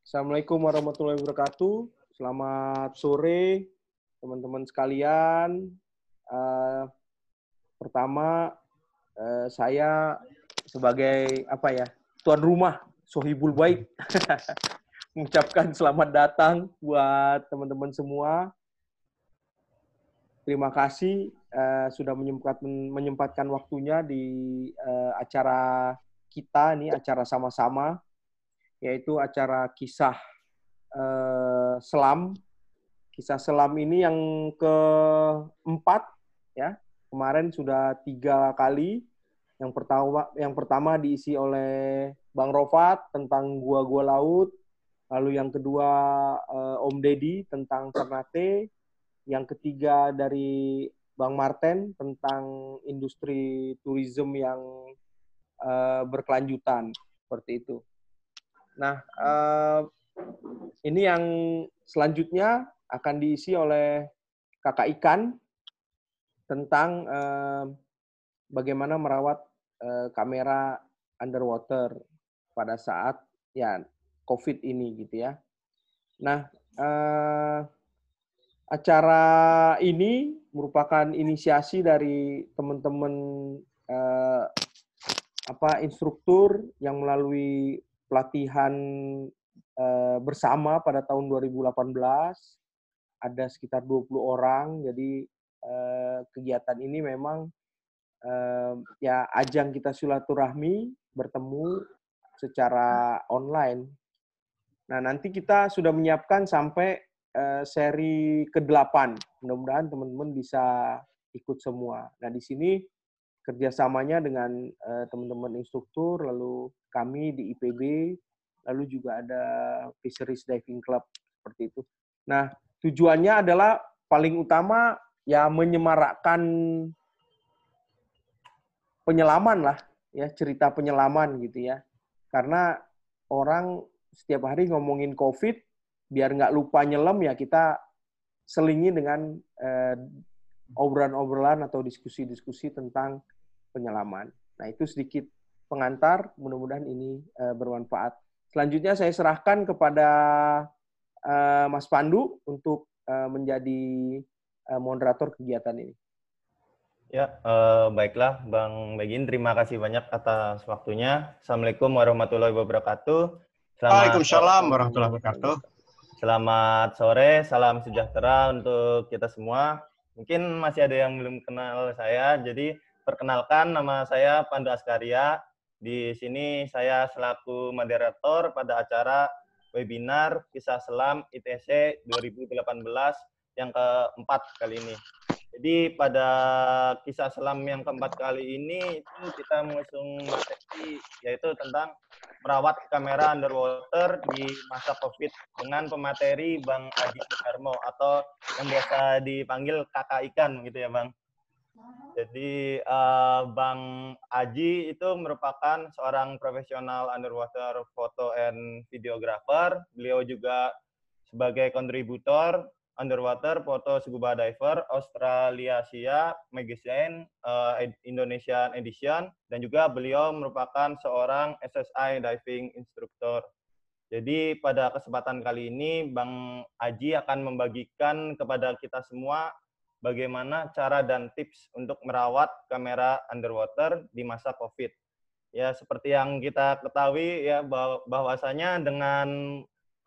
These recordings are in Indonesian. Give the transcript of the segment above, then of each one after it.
Assalamualaikum warahmatullahi wabarakatuh. Selamat sore, teman-teman sekalian. Pertama, saya sebagai tuan rumah, Sohibul Baik, mengucapkan selamat datang buat teman-teman semua. Terima kasih sudah menyempatkan waktunya di acara kita, nih acara sama-sama, yaitu acara kisah selam. Kisah selam ini yang keempat, ya. Kemarin sudah 3 kali. Yang pertama diisi oleh Bang Rofat tentang gua-gua laut. Lalu yang kedua Om Deddy tentang Ternate. Yang ketiga dari Bang Marten tentang industri tourism yang berkelanjutan, seperti itu. Nah, ini yang selanjutnya akan diisi oleh Kakak Ikan tentang bagaimana merawat kamera underwater pada saat ya COVID ini gitu ya. Nah, acara ini merupakan inisiasi dari teman-teman instruktur yang melalui pelatihan bersama pada tahun 2018. Ada sekitar 20 orang, jadi kegiatan ini memang ya ajang kita silaturahmi, bertemu secara online. Nah, nanti kita sudah menyiapkan sampai seri ke-8. Mudah-mudahan teman-teman bisa ikut semua. Nah, di sini kerjasamanya dengan teman-teman instruktur, lalu kami di IPB, lalu juga ada Fisheries Diving Club, seperti itu. Nah, tujuannya adalah paling utama ya menyemarakkan penyelaman lah, ya cerita penyelaman gitu ya. Karena orang setiap hari ngomongin COVID, biar nggak lupa nyelam ya kita selingi dengan obrolan-obrolan atau diskusi-diskusi tentang penyelaman. Nah, itu sedikit pengantar, mudah-mudahan ini bermanfaat. Selanjutnya saya serahkan kepada Mas Pandu untuk menjadi moderator kegiatan ini. Ya, baiklah Bang Begin, terima kasih banyak atas waktunya. Assalamualaikum warahmatullahi wabarakatuh. Waalaikumsalam warahmatullahi wabarakatuh. Selamat sore, salam sejahtera untuk kita semua. Mungkin masih ada yang belum kenal saya, jadi perkenalkan nama saya Pandu Askaria. Di sini saya selaku moderator pada acara webinar Kisah Selam ITC 2018 yang keempat kali ini. Jadi pada kisah selam yang keempat kali ini itu kita mengusung materi yaitu tentang merawat kamera underwater di masa COVID dengan pemateri Bang Aji Sukarmo atau yang biasa dipanggil Kakak Ikan gitu ya Bang. Jadi Bang Aji itu merupakan seorang profesional underwater photo and videographer. Beliau juga sebagai kontributor underwater foto scuba diver Australasia Magazine Indonesian Edition, dan juga beliau merupakan seorang SSI diving instructor. Jadi pada kesempatan kali ini Bang Aji akan membagikan kepada kita semua bagaimana cara dan tips untuk merawat kamera underwater di masa COVID. Ya, seperti yang kita ketahui ya bahwasanya dengan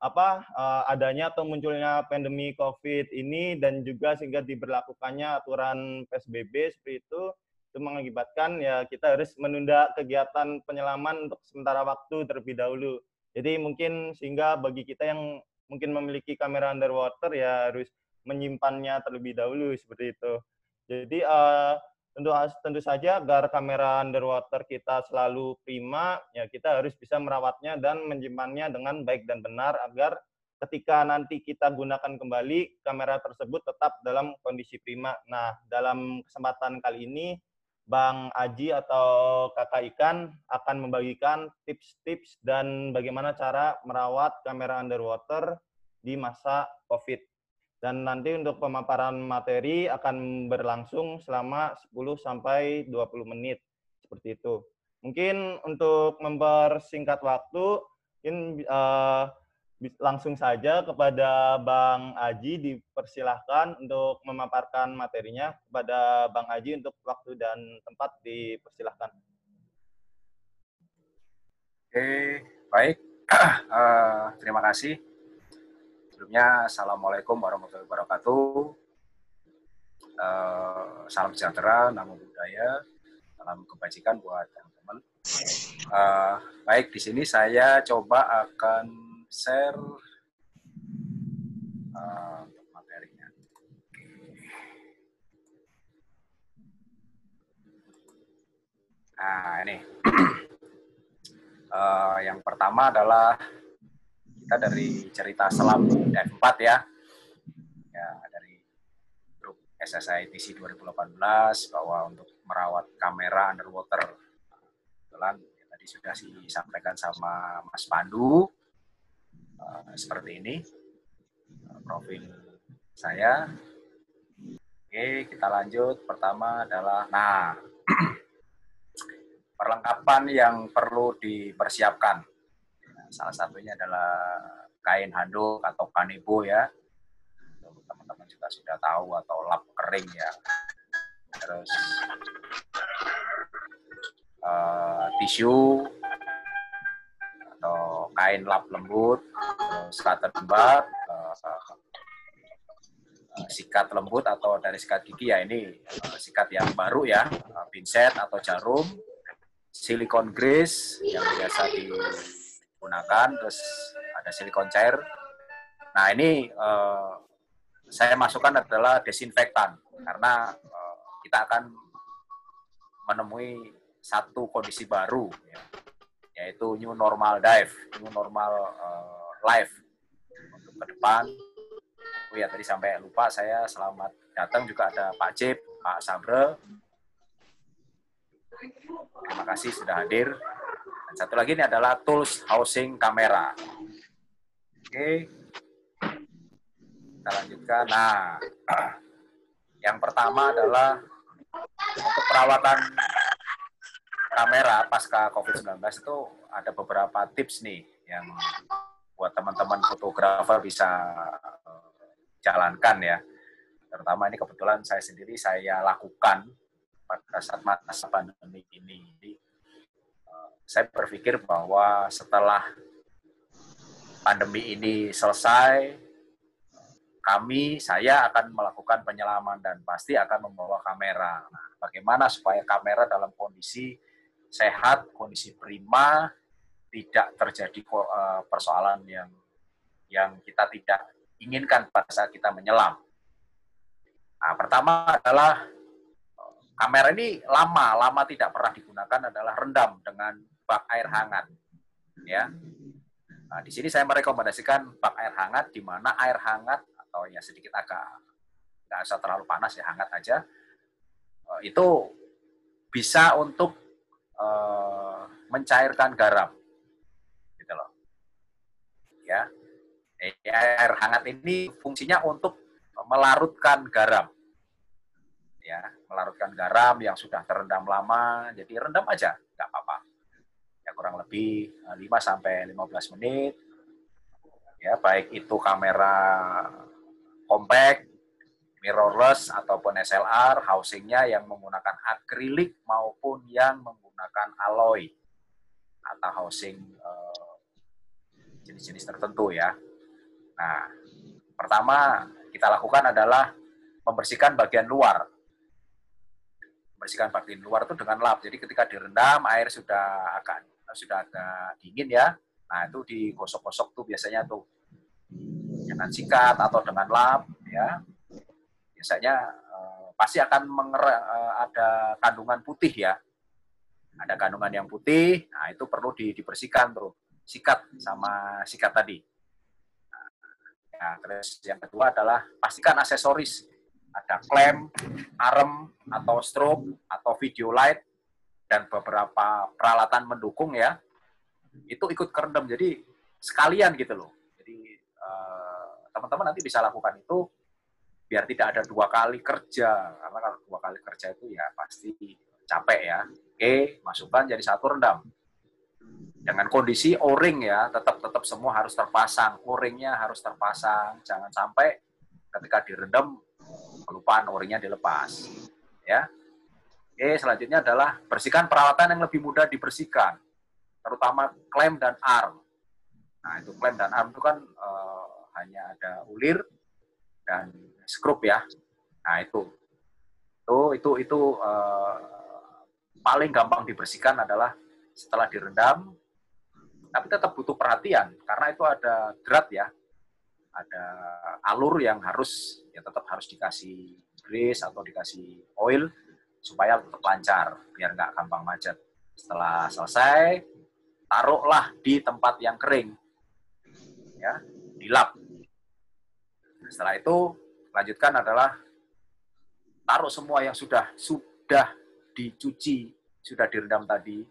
adanya atau munculnya pandemi COVID ini dan juga sehingga diberlakukannya aturan PSBB seperti itu mengakibatkan ya kita harus menunda kegiatan penyelaman untuk sementara waktu terlebih dahulu. Jadi mungkin sehingga bagi kita yang mungkin memiliki kamera underwater ya harus menyimpannya terlebih dahulu seperti itu. Jadi tentu saja agar kamera underwater kita selalu prima, ya kita harus bisa merawatnya dan menyimpannya dengan baik dan benar agar ketika nanti kita gunakan kembali, kamera tersebut tetap dalam kondisi prima. Nah, dalam kesempatan kali ini, Bang Aji atau Kakak Ikan akan membagikan tips-tips dan bagaimana cara merawat kamera underwater di masa COVID. Dan nanti untuk pemaparan materi akan berlangsung selama 10-20 menit. Seperti itu. Mungkin untuk mempersingkat waktu, langsung saja kepada Bang Aji, dipersilahkan untuk memaparkan materinya. Kepada Bang Aji untuk waktu dan tempat dipersilahkan. Oke, baik. Terima kasih. Sebelumnya, Assalamualaikum warahmatullahi wabarakatuh. Salam sejahtera, namo buddhaya, salam kebajikan buat teman-teman. Baik, di sini saya coba akan share untuk materinya. Nah, ini. Yang pertama adalah kita dari cerita selam Dive 4 ya. Ya, dari grup SSITC 2018 bahwa untuk merawat kamera underwater. Kebetulan ya, tadi sudah disampaikan sama Mas Pandu. Seperti ini profil saya. Oke, kita lanjut. Pertama adalah, perlengkapan yang perlu dipersiapkan. Salah satunya adalah kain handuk atau kanebo ya. Teman-teman juga sudah tahu, atau lap kering ya. Terus tisu atau kain lap lembut, terus cutter tembat, sikat lembut atau dari sikat gigi ya, ini sikat yang baru ya, pinset atau jarum, silikon grease yang biasa digunakan, terus ada silikon cair. Nah ini saya masukkan adalah desinfektan karena kita akan menemui satu kondisi baru ya, yaitu new normal dive, new normal life untuk ke depan. Oh ya, tadi sampai lupa saya selamat datang juga ada Pak Cip, Pak Sabre. Terima kasih sudah hadir. Dan satu lagi ini adalah tools housing kamera. Oke. Kita lanjutkan. Nah, yang pertama adalah untuk perawatan kamera pasca COVID-19 itu ada beberapa tips nih yang buat teman-teman fotografer bisa jalankan ya. Terutama ini kebetulan saya lakukan pada saat masa pandemi ini. Jadi, saya berpikir bahwa setelah pandemi ini selesai, saya akan melakukan penyelaman dan pasti akan membawa kamera. Nah, bagaimana supaya kamera dalam kondisi sehat, kondisi prima, tidak terjadi persoalan yang kita tidak inginkan pada saat kita menyelam. Nah, pertama adalah kamera ini lama tidak pernah digunakan adalah rendam dengan bak air hangat. Ya. Nah, di sini saya merekomendasikan bak air hangat, di mana air hangat atau ya sedikit nggak usah terlalu panas ya, hangat aja. Itu bisa untuk mencairkan garam, gitu loh. Ya. Air hangat ini fungsinya untuk melarutkan garam. Ya, melarutkan garam yang sudah terendam lama, jadi rendam aja, nggak apa-apa. Ya, kurang lebih 5-15 menit. Ya, baik itu kamera compact, mirrorless ataupun SLR, housingnya yang menggunakan akrilik maupun yang menggunakan alloy atau housing jenis-jenis tertentu ya. Nah, pertama kita lakukan adalah membersihkan bagian luar. Membersihkan bagian luar itu dengan lap. Jadi ketika direndam, air sudah agak dingin ya. Nah, itu digosok-gosok tuh biasanya tuh dengan sikat atau dengan lap ya. Biasanya pasti akan ada kandungan putih ya. Ada kandungan yang putih, nah itu perlu dibersihkan tuh. Sikat sama sikat tadi. Nah, terus yang kedua adalah pastikan aksesoris. Ada klem, arem, atau strobe, atau video light, dan beberapa peralatan mendukung ya. Itu ikut kerendam, jadi sekalian gitu loh. Jadi teman-teman nanti bisa lakukan itu biar tidak ada 2 kali kerja. Karena kalau 2 kali kerja itu ya pasti capek ya. Oke, masukkan jadi 1 rendam. Dengan kondisi O-ring ya, tetap semua harus terpasang, O-ringnya harus terpasang, jangan sampai ketika direndam kelupaan O-ringnya dilepas. Ya. Oke, selanjutnya adalah bersihkan peralatan yang lebih mudah dibersihkan, terutama klem dan arm. Nah, itu klem dan arm itu kan hanya ada ulir dan skrup ya. Nah, itu paling gampang dibersihkan adalah setelah direndam. Tapi tetap butuh perhatian karena itu ada drat ya, ada alur yang tetap harus dikasih grease atau dikasih oil supaya tetap lancar biar nggak gampang macet. Setelah selesai, taruhlah di tempat yang kering, ya, dilap. Setelah itu lanjutkan adalah taruh semua yang sudah dicuci, sudah direndam tadi.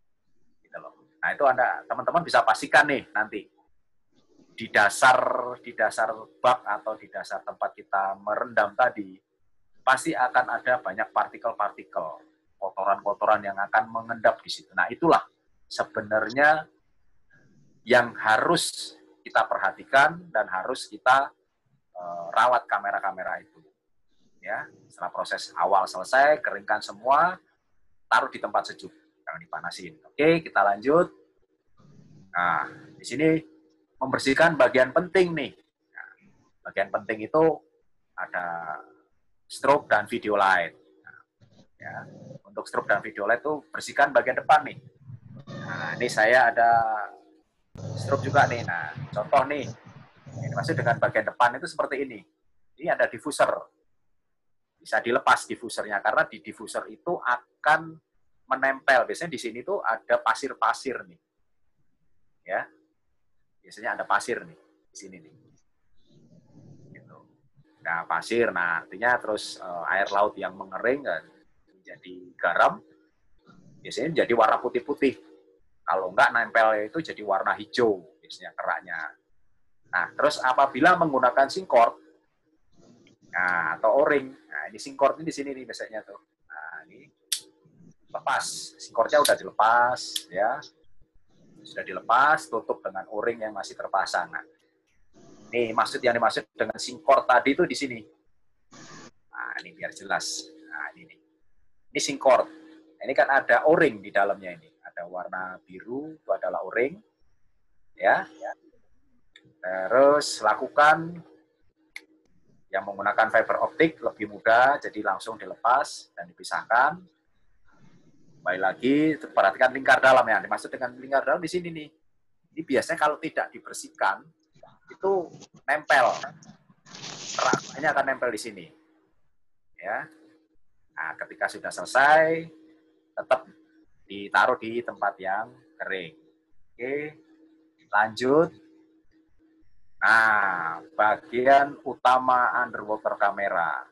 Nah, itu Anda teman-teman bisa pastikan nih nanti di dasar bak atau di dasar tempat kita merendam tadi pasti akan ada banyak partikel-partikel, kotoran-kotoran yang akan mengendap di situ. Nah, itulah sebenarnya yang harus kita perhatikan dan harus kita rawat kamera-kamera itu. Ya, setelah proses awal selesai, keringkan semua, taruh di tempat sejuk. Jangan dipanasin. Oke, kita lanjut. Nah, di sini membersihkan bagian penting nih. Nah, bagian penting itu ada strobe dan video light. Nah, ya, untuk strobe dan video light itu bersihkan bagian depan nih. Nah, ini saya ada strobe juga nih. Nah, contoh nih. Ini maksud dengan bagian depan itu seperti ini. Ini ada diffuser. Bisa dilepas diffusernya karena di diffuser itu akan menempel. Biasanya di sini tuh ada pasir-pasir nih. Ya. Biasanya ada pasir nih di sini nih. Gitu. Nah, pasir. Nah, artinya terus air laut yang mengering dan menjadi garam biasanya menjadi warna putih-putih. Kalau enggak nempel itu jadi warna hijau biasanya keraknya. Nah, terus apabila menggunakan singkort nah, atau O-ring. Nah, ini singkort ini di sini nih biasanya tuh. Nah, ini lepas. Singkortnya udah dilepas, ya. Sudah dilepas, tutup dengan O-ring yang masih terpasang. Nah, ini yang dimaksud dengan singkort tadi itu di sini. Nah, ini biar jelas. Nah, ini nih. Ini singkort. Nah, ini kan ada O-ring di dalamnya ini. Ada warna biru, itu adalah O-ring. Ya. Terus lakukan yang menggunakan fiber optik lebih mudah, jadi langsung dilepas dan dipisahkan. Kembali lagi, perhatikan lingkar dalam ya. Dimaksud dengan lingkar dalam di sini nih. Ini biasanya kalau tidak dibersihkan, itu nempel. Keraknya akan nempel di sini. Ya. Nah, ketika sudah selesai, tetap ditaruh di tempat yang kering. Oke, lanjut. Nah, bagian utama underwater kamera.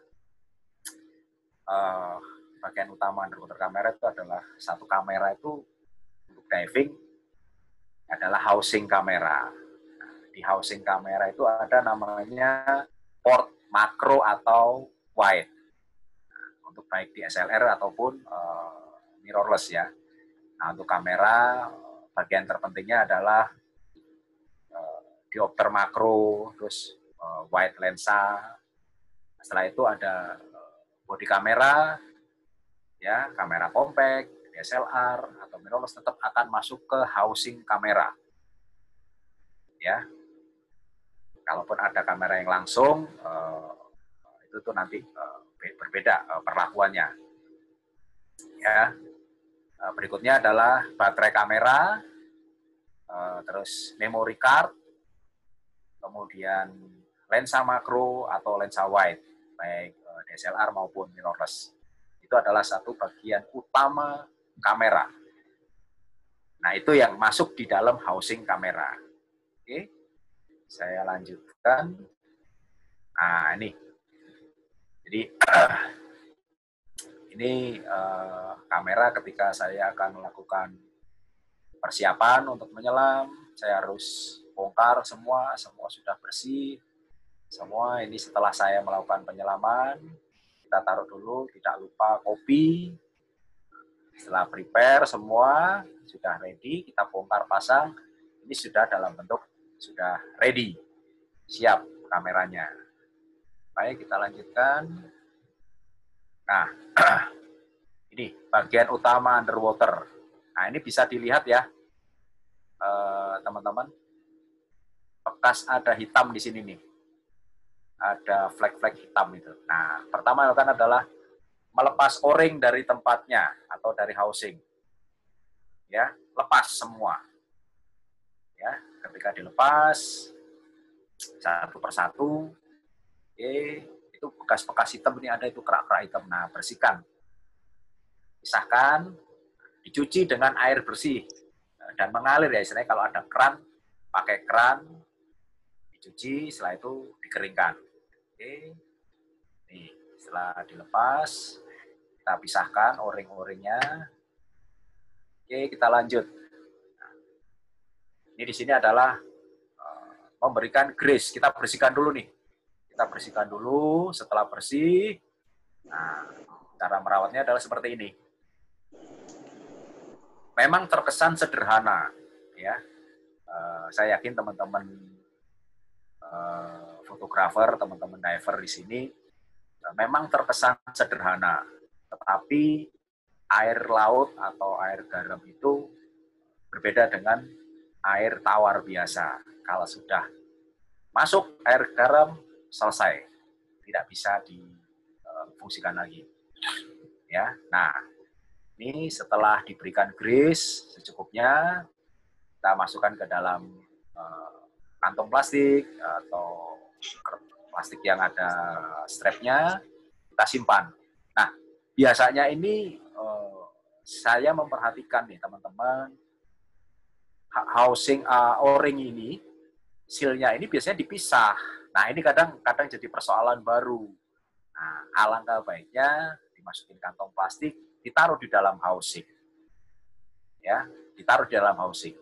Bagian utama underwater kamera itu adalah satu kamera itu untuk diving adalah housing kamera. Nah, di housing kamera itu ada namanya port makro atau wide. Nah, untuk baik di SLR ataupun mirrorless ya. Nah, untuk kamera bagian terpentingnya adalah diopter makro, terus wide lensa. Setelah itu ada body kamera, ya kamera compact, DSLR atau mirrorless tetap akan masuk ke housing kamera. Ya, kalaupun ada kamera yang langsung, itu tuh nanti berbeda perlakuannya. Ya, berikutnya adalah baterai kamera, terus memory card, kemudian lensa makro atau lensa wide, baik DSLR maupun mirrorless. Itu adalah satu bagian utama kamera. Nah, itu yang masuk di dalam housing kamera. Oke, saya lanjutkan. Nah, ini. Jadi, ini kamera ketika saya akan melakukan persiapan untuk menyelam, saya harus bongkar semua sudah bersih. Semua ini setelah saya melakukan penyelaman, kita taruh dulu, tidak lupa kopi. Setelah prepare semua, sudah ready, kita bongkar pasang. Ini sudah dalam bentuk sudah ready, siap kameranya. Baik, kita lanjutkan. Nah, ini bagian utama underwater. Nah, ini bisa dilihat ya, teman-teman. Bekas ada hitam di sini nih. Ada flag-flag hitam itu. Nah, pertama yang akan adalah melepas o-ring dari tempatnya atau dari housing. Ya, lepas semua. Ya, ketika dilepas satu persatu, itu bekas-bekas hitam ini ada itu kerak-kerak hitam. Nah, bersihkan. Pisahkan, dicuci dengan air bersih dan mengalir ya, istilahnya kalau ada keran, pakai keran, dicuci, setelah itu dikeringkan. Oke. Nih, setelah dilepas, kita pisahkan o-ring-o-ringnya. Oke, kita lanjut. Ini di sini adalah memberikan grease. Kita bersihkan dulu nih. Kita bersihkan dulu. Setelah bersih, nah, cara merawatnya adalah seperti ini. Memang terkesan sederhana, ya. Saya yakin teman-teman fotografer, teman-teman diver di sini memang terkesan sederhana, tetapi air laut atau air garam itu berbeda dengan air tawar biasa. Kalau sudah masuk air garam, selesai, tidak bisa difungsikan lagi. Ya, nah ini setelah diberikan grease secukupnya, kita masukkan ke dalam kantong plastik atau plastik yang ada strapnya, kita simpan. Nah, biasanya ini saya memperhatikan nih teman-teman, housing o-ring ini, seal-nya ini biasanya dipisah. Nah, ini kadang jadi persoalan baru. Nah, alangkah baiknya dimasukin kantong plastik, ditaruh di dalam housing. Ya, ditaruh di dalam housing.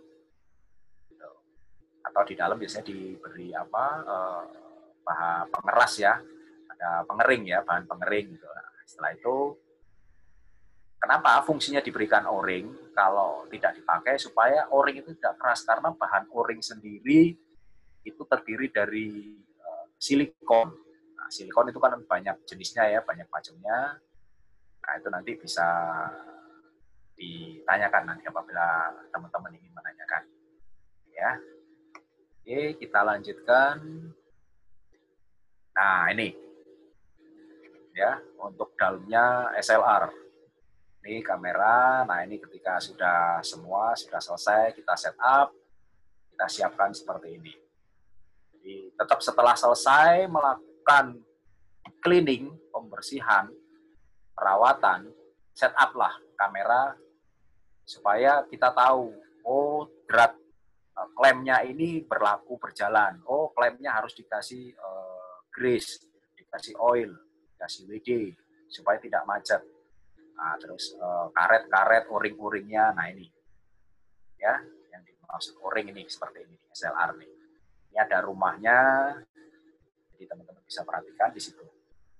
Atau di dalam biasanya diberi bahan pengeras ya, ada pengering ya, bahan pengering gitu. Nah, setelah itu, kenapa fungsinya diberikan o-ring? Kalau tidak dipakai supaya o-ring itu tidak keras, karena bahan o-ring sendiri itu terdiri dari silikon. Nah, silikon itu kan banyak jenisnya ya, banyak macamnya. Nah, itu nanti bisa ditanyakan nanti apabila teman-teman ingin menanyakan. Ya. Oke, kita lanjutkan. Nah, ini. Ya, untuk dalamnya SLR. Ini kamera. Nah, ini ketika sudah semua sudah selesai, kita setup, kita siapkan seperti ini. Jadi, tetap setelah selesai melakukan cleaning, pembersihan, perawatan, setup lah kamera supaya kita tahu, oh, berat klemnya ini berjalan. Oh, klemnya harus dikasih grease, dikasih oil, dikasih WD supaya tidak macet. Nah, terus karet-karet, o-ring-o-ringnya, nah ini, ya, yang dimaksud o-ring ini seperti ini, SLR nih. Ini ada rumahnya, jadi teman-teman bisa perhatikan di situ.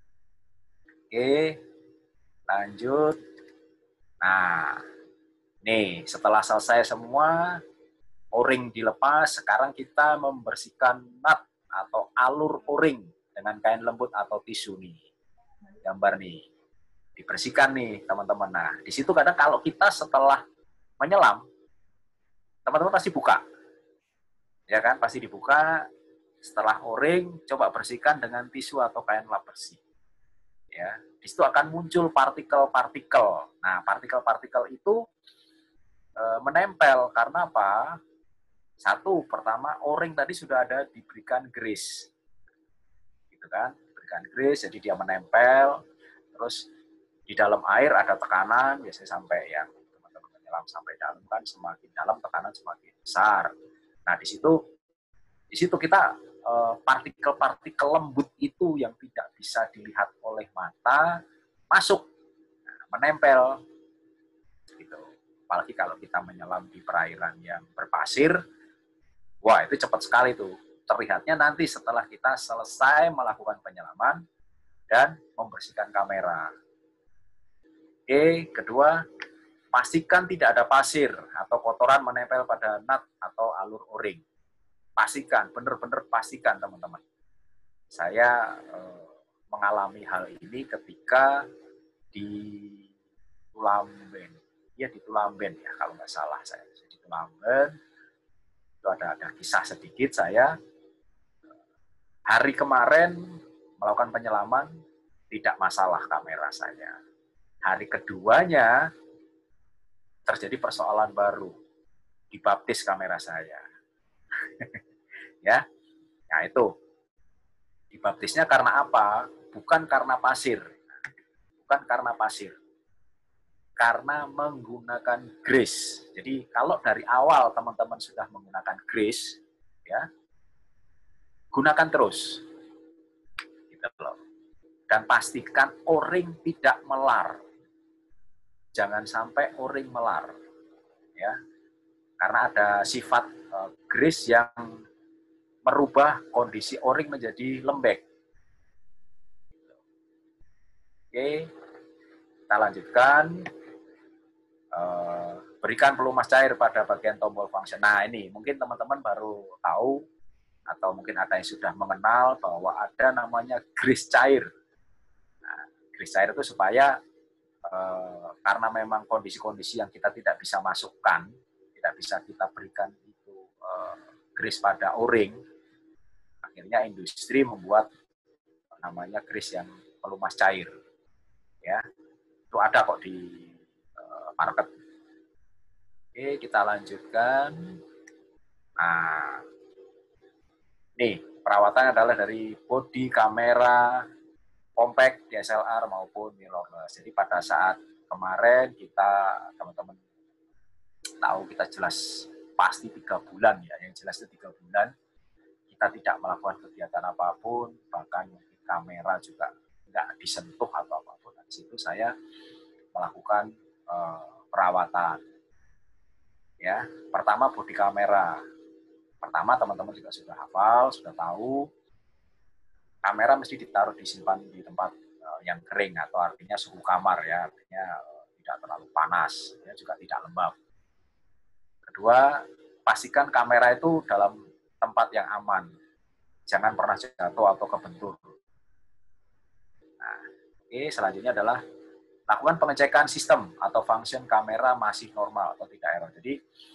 Oke, lanjut. Nah, nih setelah selesai semua, o-ring dilepas, sekarang kita membersihkan nut atau alur o-ring dengan kain lembut atau tisu nih. Gambar nih. Dibersihkan nih, teman-teman. Nah, di situ kadang kalau kita setelah menyelam, teman-teman pasti buka. Ya kan? Pasti dibuka. Setelah o-ring, coba bersihkan dengan tisu atau kain lap bersih. Ya, di situ akan muncul partikel-partikel. Nah, partikel-partikel itu menempel karena apa? Satu, pertama o-ring tadi sudah ada diberikan grease, gitu kan? Diberikan grease, jadi dia menempel. Terus di dalam air ada tekanan, biasanya sampai yang teman-teman menyelam sampai dalam kan, semakin dalam tekanan semakin besar. Nah, di situ kita partikel-partikel lembut itu yang tidak bisa dilihat oleh mata masuk, menempel, gitu. Apalagi kalau kita menyelam di perairan yang berpasir, wah itu cepat sekali tuh. Terlihatnya nanti setelah kita selesai melakukan penyelaman dan membersihkan kamera. Oke, kedua, Pastikan tidak ada pasir atau kotoran menempel pada nut atau alur o-ring. Pastikan, benar-benar pastikan teman-teman. Saya mengalami hal ini ketika di Tulamben. Ya di Tulamben ya kalau nggak salah saya. Di Tulamben itu ada kisah sedikit saya. Hari kemarin melakukan penyelaman, tidak masalah kamera saya. Hari keduanya terjadi persoalan baru, dibaptis kamera saya. Ya, nah itu dibaptisnya karena apa? Bukan karena pasir, bukan karena pasir, karena menggunakan grease. Jadi kalau dari awal teman-teman sudah menggunakan grease, ya gunakan terus, gitu loh. Dan pastikan o-ring tidak melar. Jangan sampai o-ring melar, ya, karena ada sifat grease yang merubah kondisi o-ring menjadi lembek. Oke, kita lanjutkan. Berikan pelumas cair pada bagian tombol function. Nah ini mungkin teman-teman baru tahu atau mungkin ada yang sudah mengenal bahwa ada namanya grease cair. Nah, grease cair itu supaya karena memang kondisi-kondisi yang kita tidak bisa masukkan, tidak bisa kita berikan itu grease pada o-ring, akhirnya industri membuat namanya grease yang pelumas cair. Ya, itu ada kok di market. Oke, kita lanjutkan. Nah, nih perawatannya adalah dari bodi kamera compact DSLR maupun mirrorless. Jadi pada saat kemarin kita teman-teman tahu kita jelas pasti 3 bulan ya, yang jelas itu 3 bulan kita tidak melakukan kegiatan apapun, bahkan mungkin kamera juga nggak disentuh atau apapun. Di situ saya melakukan perawatan. Ya, pertama bodi kamera. Pertama teman-teman juga sudah hafal, sudah tahu. Kamera mesti ditaruh disimpan di tempat yang kering atau artinya suhu kamar ya, artinya tidak terlalu panas, ya, juga tidak lembab. Kedua, pastikan kamera itu dalam tempat yang aman, jangan pernah jatuh atau kebentur. Nah, oke, selanjutnya adalah lakukan pengecekan sistem atau function kamera masih normal atau tidak error. Jadi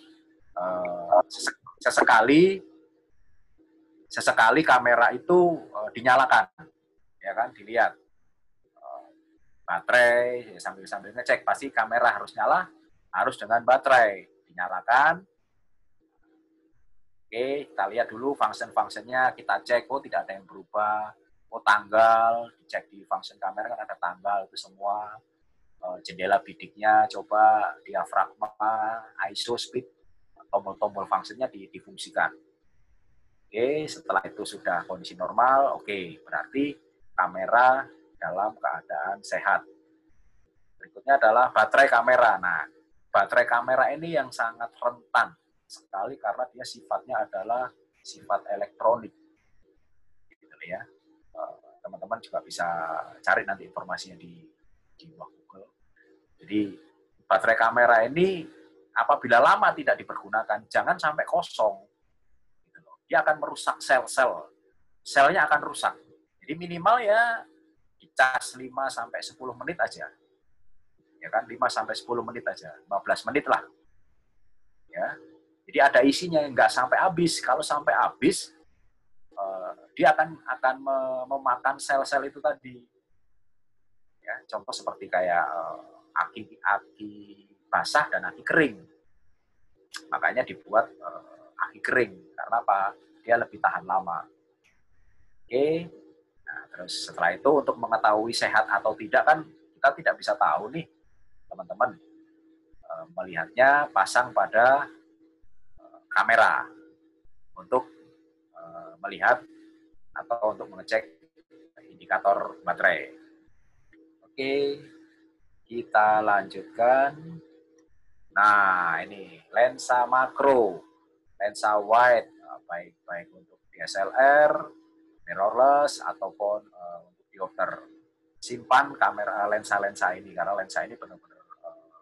sesekali kamera itu dinyalakan, ya kan, dilihat baterai sambil ngecek, pasti kamera harus nyala, harus dengan baterai dinyalakan. Oke, kita lihat dulu function-functionnya, kita cek, oh tidak ada yang berubah, oh tanggal, dicek di function kamera kan ada tanggal, itu semua, jendela bidiknya, coba diafragma, ISO, speed, tombol-tombol functionnya difungsikan. Oke, setelah itu sudah kondisi normal, oke, berarti kamera dalam keadaan sehat. Berikutnya adalah baterai kamera. Nah, baterai kamera ini yang sangat rentan sekali karena dia sifatnya adalah sifat elektronik. Gitu ya. Teman-teman juga bisa cari nanti informasinya di Google. Jadi baterai kamera ini apabila lama tidak dipergunakan, jangan sampai kosong. Dia akan merusak sel-sel. Selnya akan rusak. Jadi minimal ya dicas 5-10 menit aja. Ya kan, 5-10 menit aja. 15 menit lah. Ya. Jadi ada isinya, nggak sampai habis. Kalau sampai habis, dia akan memakan sel-sel itu tadi. Ya, contoh seperti kayak aki basah dan aki kering. Makanya dibuat aki kering. Karena apa? Dia lebih tahan lama. Oke. Nah, terus setelah itu untuk mengetahui sehat atau tidak kan kita tidak bisa tahu nih, teman-teman. Melihatnya pasang pada kamera untuk melihat atau untuk mengecek indikator baterai. Oke, kita lanjutkan. Nah, ini lensa makro, lensa wide, baik untuk DSLR, mirrorless, ataupun untuk diopter. Simpan kamera lensa-lensa ini, karena lensa ini benar-benar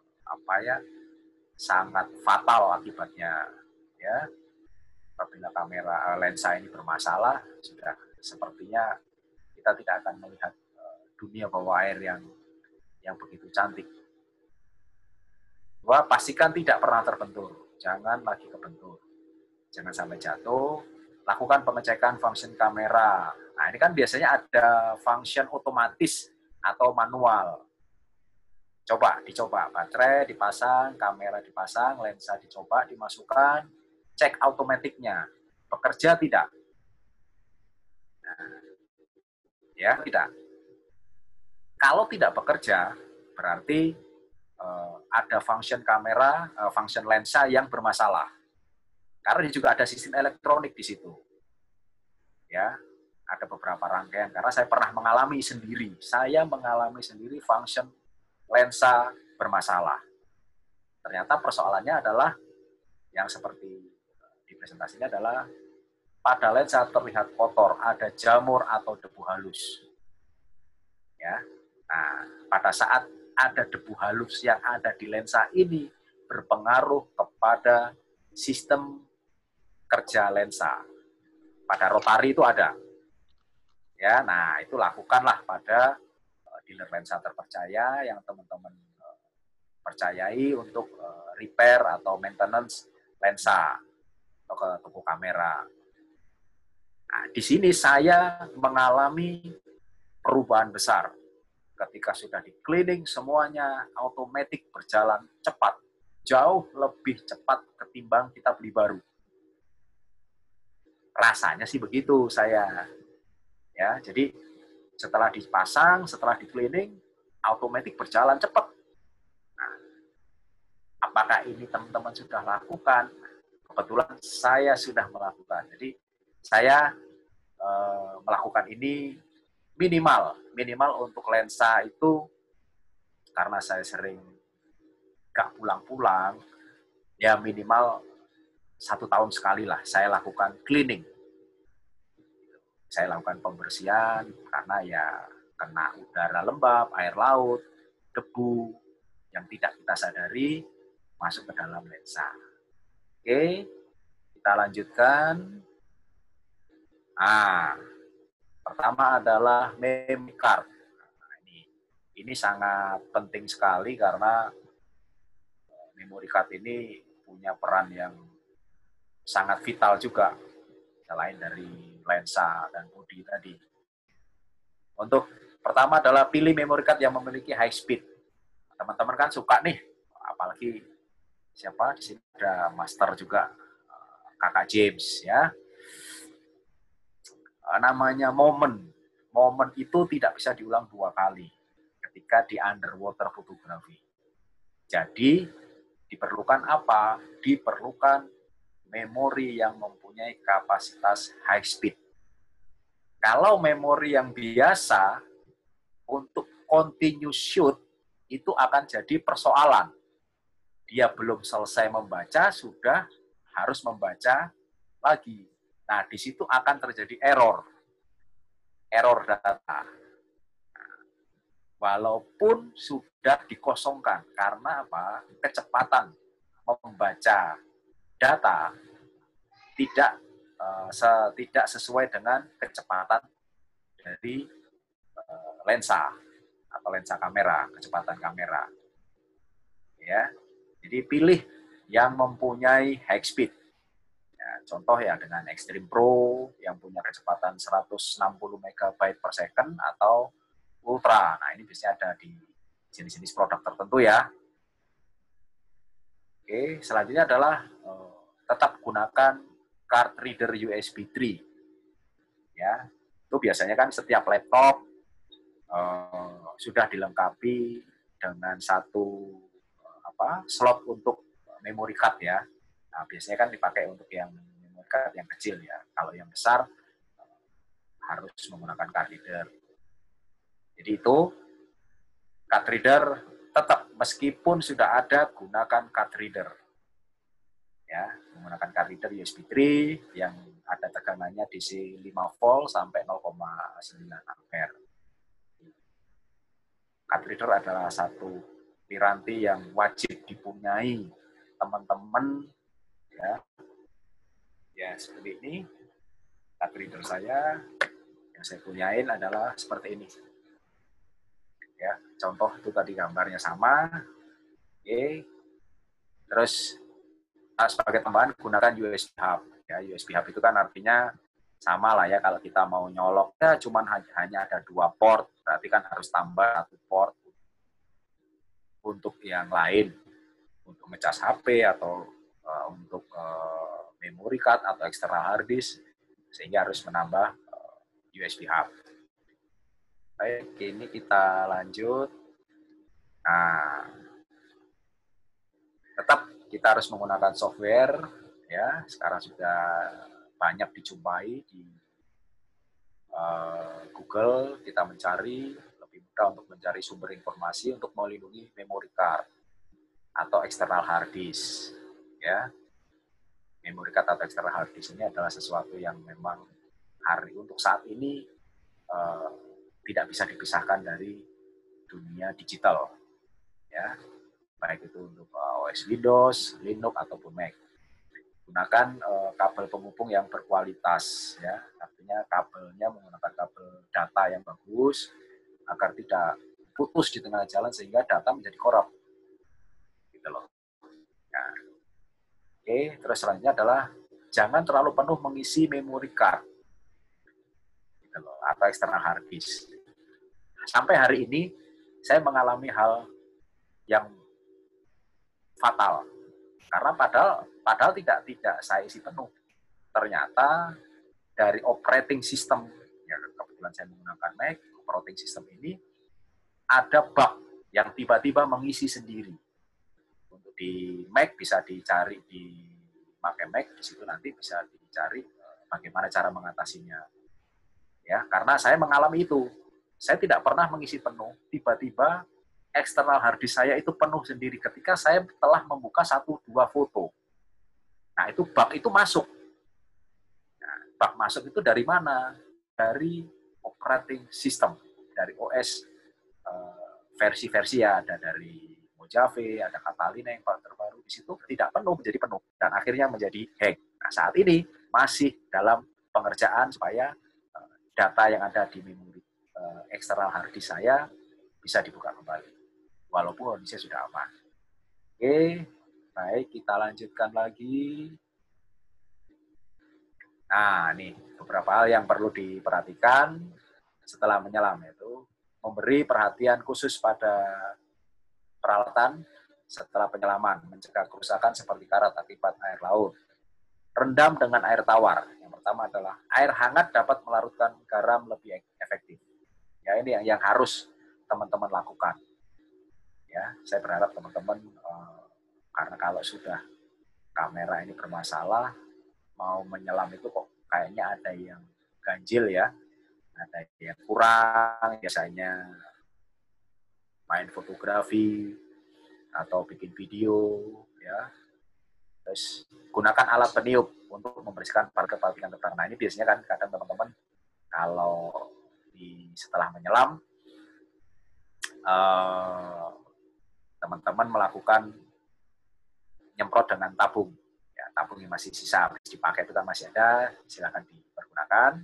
supaya sangat fatal akibatnya, ya. Apabila kamera lensa ini bermasalah, sudah sepertinya kita tidak akan melihat dunia bawah air yang begitu cantik. Dua, pastikan tidak pernah terbentur, jangan lagi kebentur, jangan sampai jatuh. Lakukan pengecekan function kamera. Nah, ini kan biasanya ada function otomatis atau manual. Dicoba, baterai dipasang, kamera dipasang, lensa dicoba, dimasukkan, cek automatiknya, bekerja tidak? Nah, ya, tidak. Kalau tidak bekerja, berarti ada function kamera, function lensa yang bermasalah. Karena juga ada sistem elektronik di situ. Ya, ada beberapa rangkaian. Karena saya pernah mengalami sendiri. Saya mengalami sendiri function lensa bermasalah. Ternyata persoalannya adalah yang seperti di presentasinya adalah pada lensa terlihat kotor, ada jamur atau debu halus. Ya. Nah, pada saat ada debu halus yang ada di lensa ini berpengaruh kepada sistem kerja lensa. Pada rotari itu ada. Ya, nah itu lakukanlah pada dealer lensa terpercaya yang teman-teman percayai untuk repair atau maintenance lensa atau ke toko kamera. Nah, di sini saya mengalami perubahan besar. Ketika sudah di cleaning semuanya otomatis berjalan cepat, jauh lebih cepat ketimbang kita beli baru. Rasanya sih begitu saya. Ya, jadi setelah dipasang, setelah di cleaning, otomatis berjalan cepat. Nah, apakah ini teman-teman sudah lakukan? Kebetulan saya sudah melakukan. Jadi saya melakukan ini minimal untuk lensa itu, karena saya sering gak pulang-pulang, ya minimal 1 tahun sekali lah saya lakukan cleaning. Saya lakukan pembersihan karena ya kena udara lembab, air laut, debu yang tidak kita sadari masuk ke dalam lensa. Oke, kita lanjutkan. Nah, pertama adalah memory card. Nah, ini sangat penting sekali karena memory card ini punya peran yang sangat vital juga selain dari lensa dan bodi tadi. Untuk pertama adalah pilih memory card yang memiliki high speed. Teman-teman kan suka nih, apalagi siapa di sini ada master juga, Kakak James ya. Namanya momen itu tidak bisa diulang 2 kali ketika di underwater photography. Jadi diperlukan apa? Diperlukan memori yang mempunyai kapasitas high speed. Kalau memori yang biasa untuk continuous shoot itu akan jadi persoalan. Dia belum selesai membaca, sudah harus membaca lagi. Nah, di situ akan terjadi error data. Walaupun sudah dikosongkan, karena apa? Kecepatan membaca data tidak sesuai dengan kecepatan dari lensa atau lensa kamera, kecepatan kamera. Ya, jadi pilih yang mempunyai high speed. Ya, contoh ya dengan Extreme Pro yang punya kecepatan 160 MB per second atau Ultra. Nah, ini biasanya ada di jenis-jenis produk tertentu ya. Oke, selanjutnya adalah tetap gunakan card reader USB 3. Ya, itu biasanya kan setiap laptop sudah dilengkapi dengan satu slot untuk memory card ya. Nah, biasanya kan dipakai untuk yang memory card yang kecil ya. Kalau yang besar harus menggunakan card reader. Jadi itu card reader tetap meskipun sudah ada gunakan card reader. Ya, menggunakan card reader USB 3 yang ada tegangannya DC 5 volt sampai 0,9 ampere. Card reader adalah satu piranti yang wajib dipunyai teman-teman, ya seperti ini. Card reader saya yang saya punyain adalah seperti ini. Ya, contoh itu tadi gambarnya sama. Oke. Terus sebagai tambahan gunakan USB hub. Ya, USB hub itu kan artinya sama lah ya, kalau kita mau nyolok ya cuman hanya ada 2 port, berarti kan harus tambah 1 port untuk yang lain, untuk ngecas HP atau untuk memory card atau external hard disk, sehingga harus menambah USB hub. Baik, ini kita lanjut. Nah, tetap kita harus menggunakan software, ya. Sekarang sudah banyak dijumpai di Google. Kita mencari, lebih mudah untuk mencari sumber informasi untuk melindungi memory card atau external hard disk, ya. Memory card atau external hard disk ini adalah sesuatu yang memang untuk saat ini tidak bisa dipisahkan dari dunia digital, ya, baik itu untuk OS Windows, Linux ataupun Mac. Gunakan kabel penghubung yang berkualitas, ya, artinya kabelnya menggunakan kabel data yang bagus agar tidak putus di tengah jalan sehingga data menjadi korup, gitu loh. Nah, oke, terus selanjutnya adalah jangan terlalu penuh mengisi memory card, gitu loh, atau external hard disk. Sampai hari ini saya mengalami hal yang fatal karena padahal tidak saya isi penuh. Ternyata dari operating system, ya kebetulan saya menggunakan Mac, operating system ini ada bug yang tiba-tiba mengisi sendiri. Untuk di Mac bisa dicari di pakai Mac, di situ nanti bisa dicari bagaimana cara mengatasinya. Ya, karena saya mengalami itu. Saya tidak pernah mengisi penuh, tiba-tiba eksternal hard disk saya itu penuh sendiri ketika saya telah membuka 1-2 foto. Nah, itu bug itu masuk. Nah, bug masuk itu dari mana? Dari operating system, dari OS versi-versi ya, ada dari Mojave, ada Catalina yang terbaru, di situ tidak penuh, menjadi penuh, dan akhirnya menjadi hack. Nah, saat ini masih dalam pengerjaan supaya data yang ada di memori eksternal hard disk saya bisa dibuka kembali, walaupun kondisinya sudah aman. Oke, baik, kita lanjutkan lagi. Nah, ini beberapa hal yang perlu diperhatikan setelah menyelam, yaitu memberi perhatian khusus pada peralatan setelah penyelaman, mencegah kerusakan seperti karat akibat air laut. Rendam dengan air tawar. Yang pertama adalah air hangat dapat melarutkan garam lebih efektif. Ya, ini yang harus teman-teman lakukan. Ya, saya berharap teman-teman karena kalau sudah kamera ini bermasalah, mau menyelam itu kok kayaknya ada yang ganjil ya, ada yang kurang, biasanya main fotografi atau bikin video, ya. Terus gunakan alat peniup untuk membersihkan partikel-partikel terbang. Nah, ini biasanya kan kadang teman-teman kalau setelah menyelam, teman-teman melakukan nyemprot dengan tabung. Ya, tabung yang masih sisa, habis dipakai itu kan masih ada, silakan dipergunakan.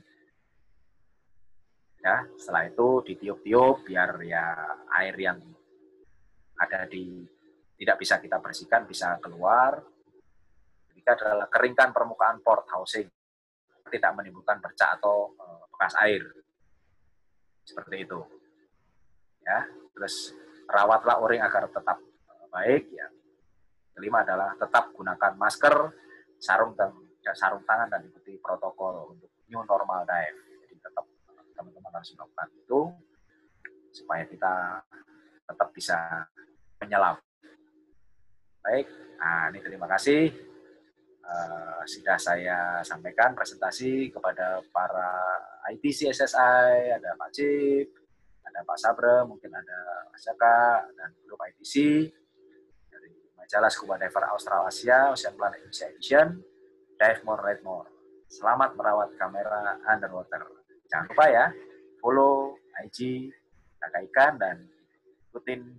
Ya, setelah itu ditiup-tiup biar ya air yang ada tidak bisa kita bersihkan bisa keluar. Ketiga adalah keringkan permukaan port housing, tidak menimbulkan bercak atau bekas air. Seperti itu. Ya, terus rawatlah o-ring agar tetap baik. Ya. Kelima adalah tetap gunakan masker, sarung tangan dan ikuti protokol untuk new normal dive. Jadi tetap teman-teman harus melakukan itu supaya kita tetap bisa menyelam. Baik, nah ini terima kasih. Sudah saya sampaikan presentasi kepada para ITC SSI, ada Pak Cip, ada Pak Sabre, mungkin ada Mas Jaka, dan grup ITC dari majalah Scuba Diver Australasia, Ocean Planet Indonesia Edition, Dive More, Ride More. Selamat merawat kamera underwater. Jangan lupa ya, follow IG Kakak Ikan dan ikutin di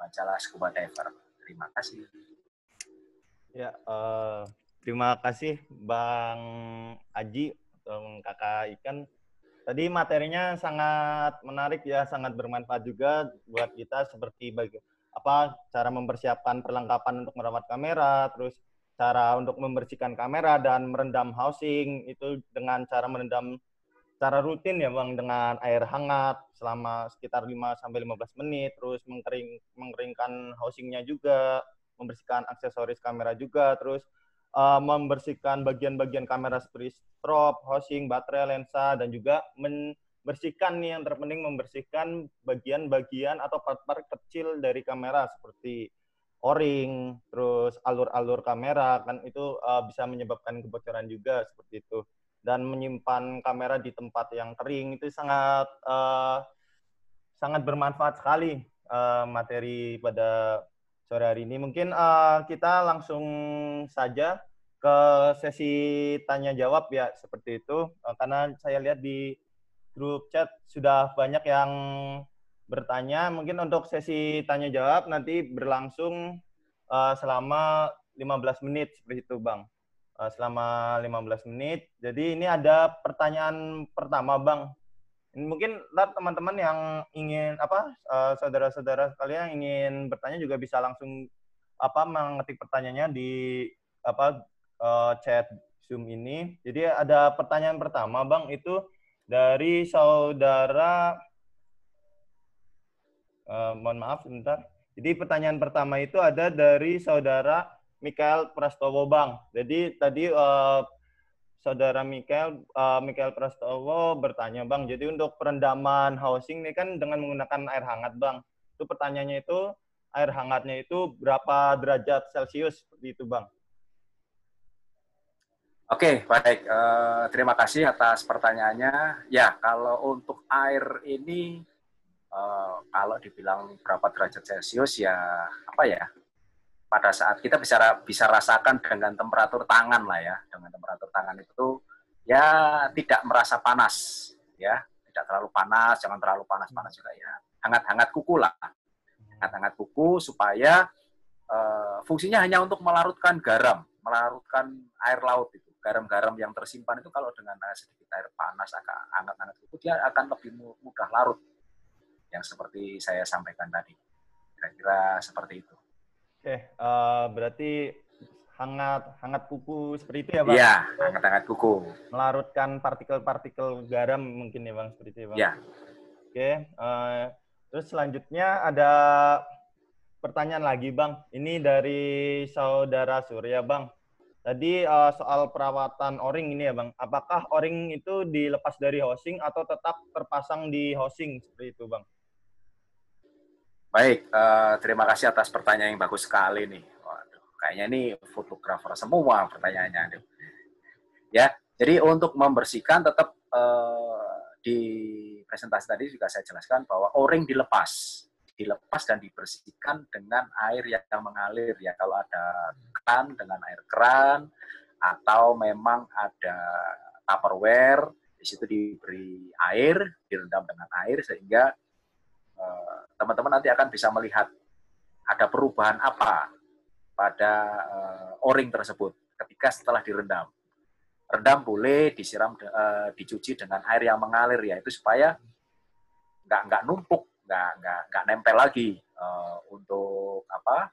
majalah Scuba Diver. Terima kasih. Ya, terima kasih Bang Aji atau Kakak Ikan. Tadi materinya sangat menarik ya, sangat bermanfaat juga buat kita seperti cara mempersiapkan perlengkapan untuk merawat kamera, terus cara untuk membersihkan kamera dan merendam housing itu dengan cara merendam secara rutin ya Bang, dengan air hangat selama sekitar 5-15 menit, terus mengeringkan housingnya juga, membersihkan aksesoris kamera juga, terus membersihkan bagian-bagian kamera seperti strop, housing, baterai, lensa, dan juga membersihkan nih yang terpenting, membersihkan bagian-bagian atau part-part kecil dari kamera seperti o-ring, terus alur-alur kamera, kan itu bisa menyebabkan kebocoran juga seperti itu. Dan menyimpan kamera di tempat yang kering itu sangat bermanfaat sekali materi pada sore hari ini. Mungkin kita langsung saja ke sesi tanya jawab ya, seperti itu. Karena saya lihat di grup chat sudah banyak yang bertanya. Mungkin untuk sesi tanya jawab nanti berlangsung selama 15 menit seperti itu, Bang. Selama 15 menit. Jadi ini ada pertanyaan pertama, Bang. Mungkin teman-teman yang ingin saudara-saudara sekalian yang ingin bertanya juga bisa langsung mengetik pertanyaannya di chat Zoom ini. Jadi ada pertanyaan pertama, Bang, itu dari saudara mohon maaf sebentar. Jadi pertanyaan pertama itu ada dari saudara Mikael Prastowo, Bang. Jadi tadi Saudara Mikael Prastowo bertanya, Bang, jadi untuk perendaman housing ini kan dengan menggunakan air hangat, Bang. Itu pertanyaannya itu, air hangatnya itu berapa derajat Celcius, seperti itu, Bang. Oke, baik. Terima kasih atas pertanyaannya. Ya, kalau untuk air ini, kalau dibilang berapa derajat Celcius, ya apa ya, pada saat kita bisa rasakan dengan temperatur tangan lah ya, dengan temperatur tangan itu ya tidak merasa panas ya, tidak terlalu panas, jangan terlalu panas juga ya, hangat-hangat kuku lah, hangat-hangat kuku supaya fungsinya hanya untuk melarutkan garam, melarutkan air laut itu, garam-garam yang tersimpan itu kalau dengan sedikit air panas agak hangat-hangat kuku dia akan lebih mudah larut, yang seperti saya sampaikan tadi, kira-kira seperti itu. Oke, berarti hangat kuku seperti itu ya, Bang? Iya, hangat kuku. Melarutkan partikel-partikel garam mungkin ya, Bang, seperti itu ya, Bang? Iya. Oke, terus selanjutnya ada pertanyaan lagi, Bang. Ini dari saudara Surya, Bang. Tadi soal perawatan o-ring ini ya, Bang. Apakah o-ring itu dilepas dari housing atau tetap terpasang di housing seperti itu, Bang? Baik, terima kasih atas pertanyaan yang bagus sekali nih. Waduh, kayaknya ini fotografer semua pertanyaannya. Ya, jadi untuk membersihkan tetap di presentasi tadi juga saya jelaskan bahwa o-ring dilepas dan dibersihkan dengan air yang mengalir ya. Kalau ada keran dengan air keran atau memang ada Tupperware, di situ diberi air, direndam dengan air sehingga teman-teman nanti akan bisa melihat ada perubahan apa pada o-ring tersebut ketika setelah direndam. Rendam boleh, disiram, dicuci dengan air yang mengalir ya, itu supaya nggak numpuk, nggak nempel lagi untuk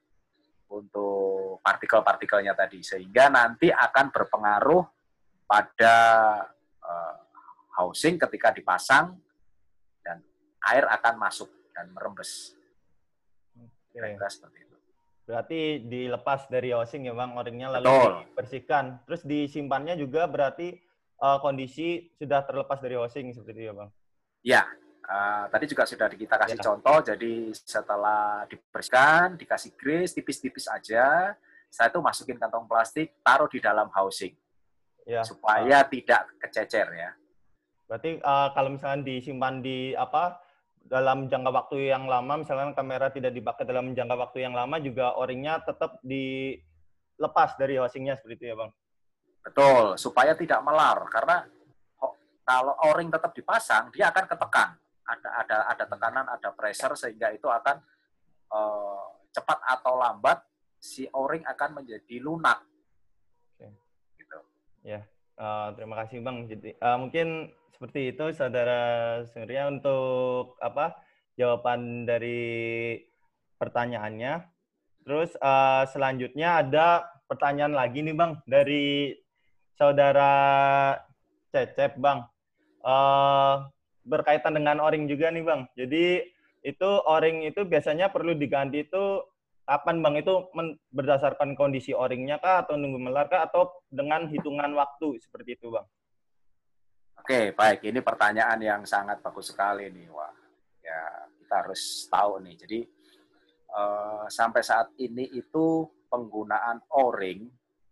partikel-partikelnya tadi, sehingga nanti akan berpengaruh pada housing ketika dipasang dan air akan masuk dan merembes. Kira-kira seperti itu. Berarti dilepas dari housing ya, Bang, o-ringnya lalu dibersihkan. Terus disimpannya juga berarti kondisi sudah terlepas dari housing seperti itu ya, Bang? Ya, tadi juga sudah kita kasih contoh. Jadi setelah dibersihkan, dikasih grease tipis-tipis aja, saya itu masukin kantong plastik, taruh di dalam housing. Ya. Supaya tidak kececer ya. Berarti kalau misalnya disimpan di dalam jangka waktu yang lama, misalnya kamera tidak dipakai dalam jangka waktu yang lama, juga o-ringnya tetap dilepas dari housingnya seperti itu ya, Bang? Betul, supaya tidak melar. Karena kalau o-ring tetap dipasang, dia akan ketekan. Ada tekanan, ada pressure, sehingga itu akan cepat atau lambat si O-ring akan menjadi lunak. Oke. Gitu. Ya, terima kasih Bang. Jadi mungkin seperti itu Saudara Surya untuk jawaban dari pertanyaannya. Terus selanjutnya ada pertanyaan lagi nih Bang dari Saudara Cecep Bang. Berkaitan dengan O-ring juga nih Bang. Jadi itu O-ring itu biasanya perlu diganti itu kapan Bang? Itu berdasarkan kondisi O-ringnya kah atau nunggu melar kah atau dengan hitungan waktu seperti itu Bang? Oke, baik. Ini pertanyaan yang sangat bagus sekali nih. Wah, ya kita harus tahu nih. Jadi sampai saat ini itu penggunaan O-ring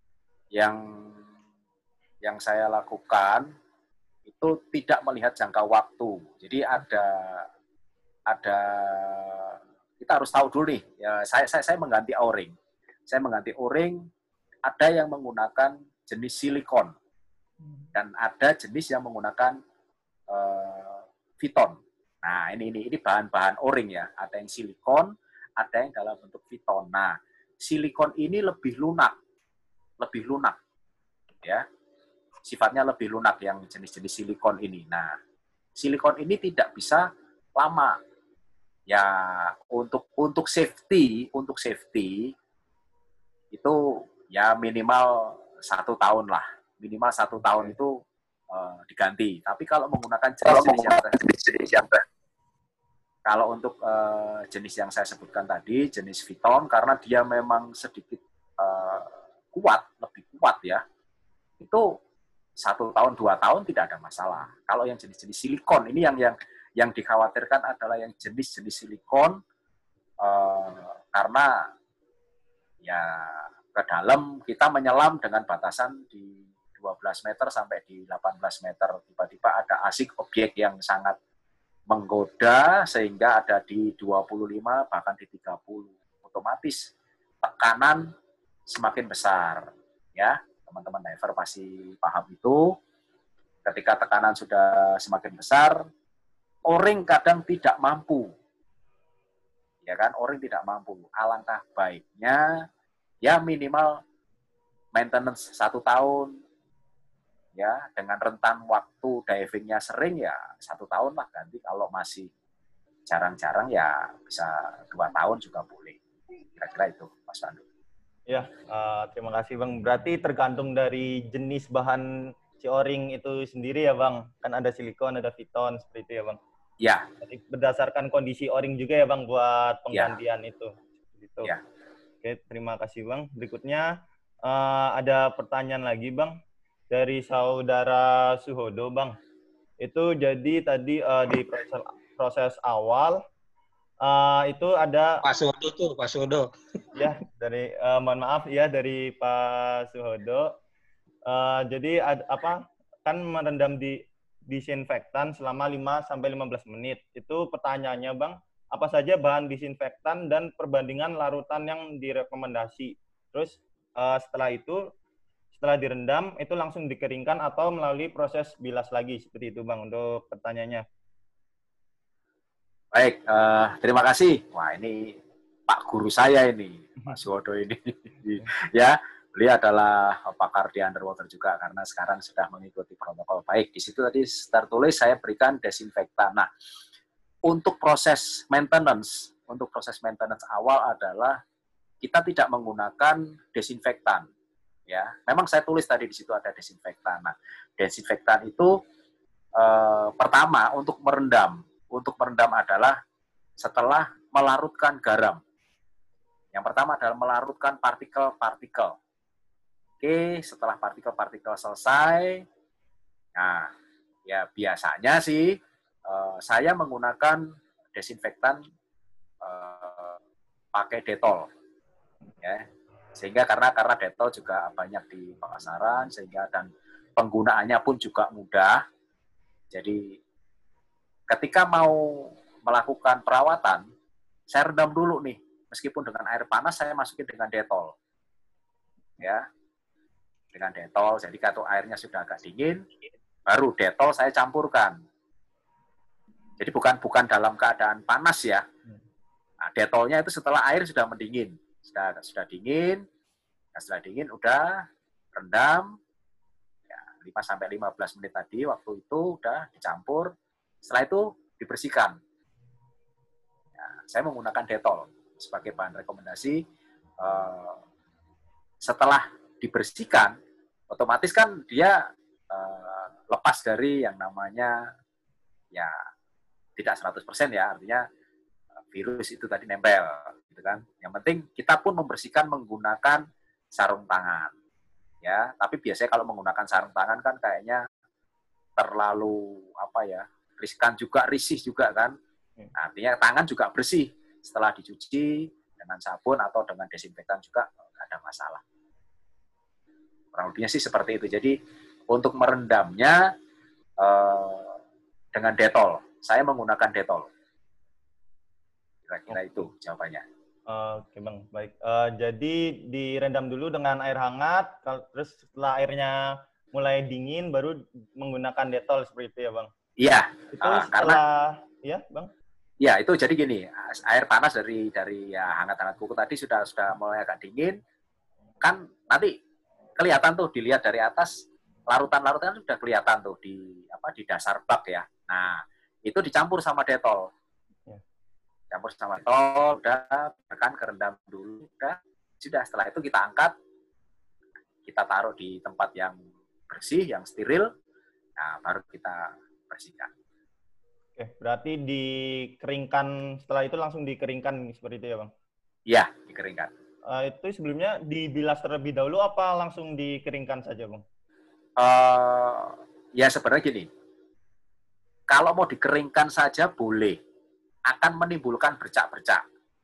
yang saya lakukan itu tidak melihat jangka waktu. Jadi ada kita harus tahu dulu nih. Ya, saya mengganti O-ring. Saya mengganti O-ring. Ada yang menggunakan jenis silikon dan ada jenis yang menggunakan Viton. Nah, ini bahan-bahan O-ring ya. Ada yang silikon, ada yang dalam bentuk Viton. Nah, silikon ini lebih lunak, ya. Sifatnya lebih lunak yang jenis-jenis silikon ini. Nah, silikon ini tidak bisa lama. Ya, untuk safety itu ya minimal 1 tahun lah. Minimal 1 tahun itu diganti. Tapi kalau menggunakan jenis yang kalau untuk jenis yang saya sebutkan tadi, jenis Viton, karena dia memang sedikit lebih kuat ya, itu 1 tahun, 2 tahun tidak ada masalah. Kalau yang jenis-jenis silikon, ini yang dikhawatirkan adalah yang jenis-jenis silikon, karena ya ke dalam kita menyelam dengan batasan di 12 meter sampai di 18 meter. Tiba-tiba ada asik objek yang sangat menggoda sehingga ada di 25 bahkan di 30. Otomatis tekanan semakin besar. Ya, teman-teman diver pasti paham itu. Ketika tekanan sudah semakin besar, O-ring kadang tidak mampu. Ya kan, O-ring tidak mampu. Alangkah baiknya ya minimal maintenance 1 tahun, ya dengan rentan waktu divingnya sering ya 1 tahun lah ganti. Kalau masih jarang-jarang ya bisa 2 tahun juga boleh. Kira-kira itu, Mas Pandu. Ya, terima kasih Bang. Berarti tergantung dari jenis bahan si O-ring itu sendiri ya Bang. Kan ada silikon, ada Viton seperti itu ya Bang. Ya. Jadi berdasarkan kondisi O-ring juga ya Bang buat penggantian itu. Gitu. Ya. Oke, terima kasih Bang. Berikutnya ada pertanyaan lagi Bang dari Saudara Suhodo Bang. Itu jadi tadi di proses awal itu ada Pak Suhodo. Ya, dari mohon maaf ya dari Pak Suhodo. Jadi kan merendam di disinfektan selama 5-15 menit. Itu pertanyaannya Bang, apa saja bahan disinfektan dan perbandingan larutan yang direkomendasi. Terus setelah direndam itu langsung dikeringkan atau melalui proses bilas lagi seperti itu Bang untuk pertanyaannya. Baik, terima kasih. Wah, ini Pak guru saya ini, Pak Suhodo ini. Ya, beliau adalah pakar di underwater juga karena sekarang sudah mengikuti protokol. Baik, di situ tadi tertulis saya berikan desinfektan. Nah, untuk proses maintenance awal adalah kita tidak menggunakan desinfektan. Ya, memang saya tulis tadi di situ ada desinfektan. Nah, desinfektan itu pertama untuk merendam. Untuk merendam adalah setelah melarutkan garam. Yang pertama adalah melarutkan partikel-partikel. Oke, setelah partikel-partikel selesai, nah, ya biasanya sih saya menggunakan desinfektan pakai Dettol, ya, sehingga karena Dettol juga banyak di pasaran, sehingga dan penggunaannya pun juga mudah. Jadi ketika mau melakukan perawatan, saya rendam dulu nih, meskipun dengan air panas saya masukin dengan Dettol, ya, dengan Dettol. Jadi kalau airnya sudah agak dingin, baru Dettol saya campurkan. Jadi bukan dalam keadaan panas ya. Nah, detolnya itu setelah air sudah mendingin, sudah dingin, nah, setelah dingin udah rendam ya, 5-15 menit tadi, waktu itu udah dicampur, setelah itu dibersihkan. Ya, saya menggunakan detol sebagai bahan rekomendasi. Setelah dibersihkan, otomatis kan dia lepas dari yang namanya ya tidak 100% ya, artinya virus itu tadi nempel, gitu kan. Yang penting kita pun membersihkan menggunakan sarung tangan, ya. Tapi biasanya kalau menggunakan sarung tangan kan kayaknya terlalu riskan juga, risih juga kan. Nah, artinya tangan juga bersih setelah dicuci dengan sabun atau dengan desinfektan juga nggak ada masalah. Kurang lebihnya sih seperti itu. Jadi untuk merendamnya dengan detol, saya menggunakan detol. Kira-kira itu jawabannya. Oke Bang, baik. Jadi direndam dulu dengan air hangat, terus setelah airnya mulai dingin baru menggunakan detol seperti itu ya Bang? Iya. Itu setelah, ya Bang? Ya itu jadi gini, air panas dari ya hangat-hangat kuku tadi sudah mulai agak dingin, kan nanti kelihatan tuh dilihat dari atas larutan-larutan sudah kelihatan tuh di dasar bak ya. Nah itu dicampur sama detol. Campur sama detol, udah tekan kerendam dulu, udah sudah. Setelah itu kita angkat, kita taruh di tempat yang bersih, yang steril, nah baru kita bersihkan. Oke, berarti dikeringkan, setelah itu langsung dikeringkan seperti itu ya Bang? Iya, dikeringkan. Itu sebelumnya dibilas terlebih dahulu apa langsung dikeringkan saja Bang? Ya sebenarnya gini, kalau mau dikeringkan saja boleh, akan menimbulkan bercak-bercak.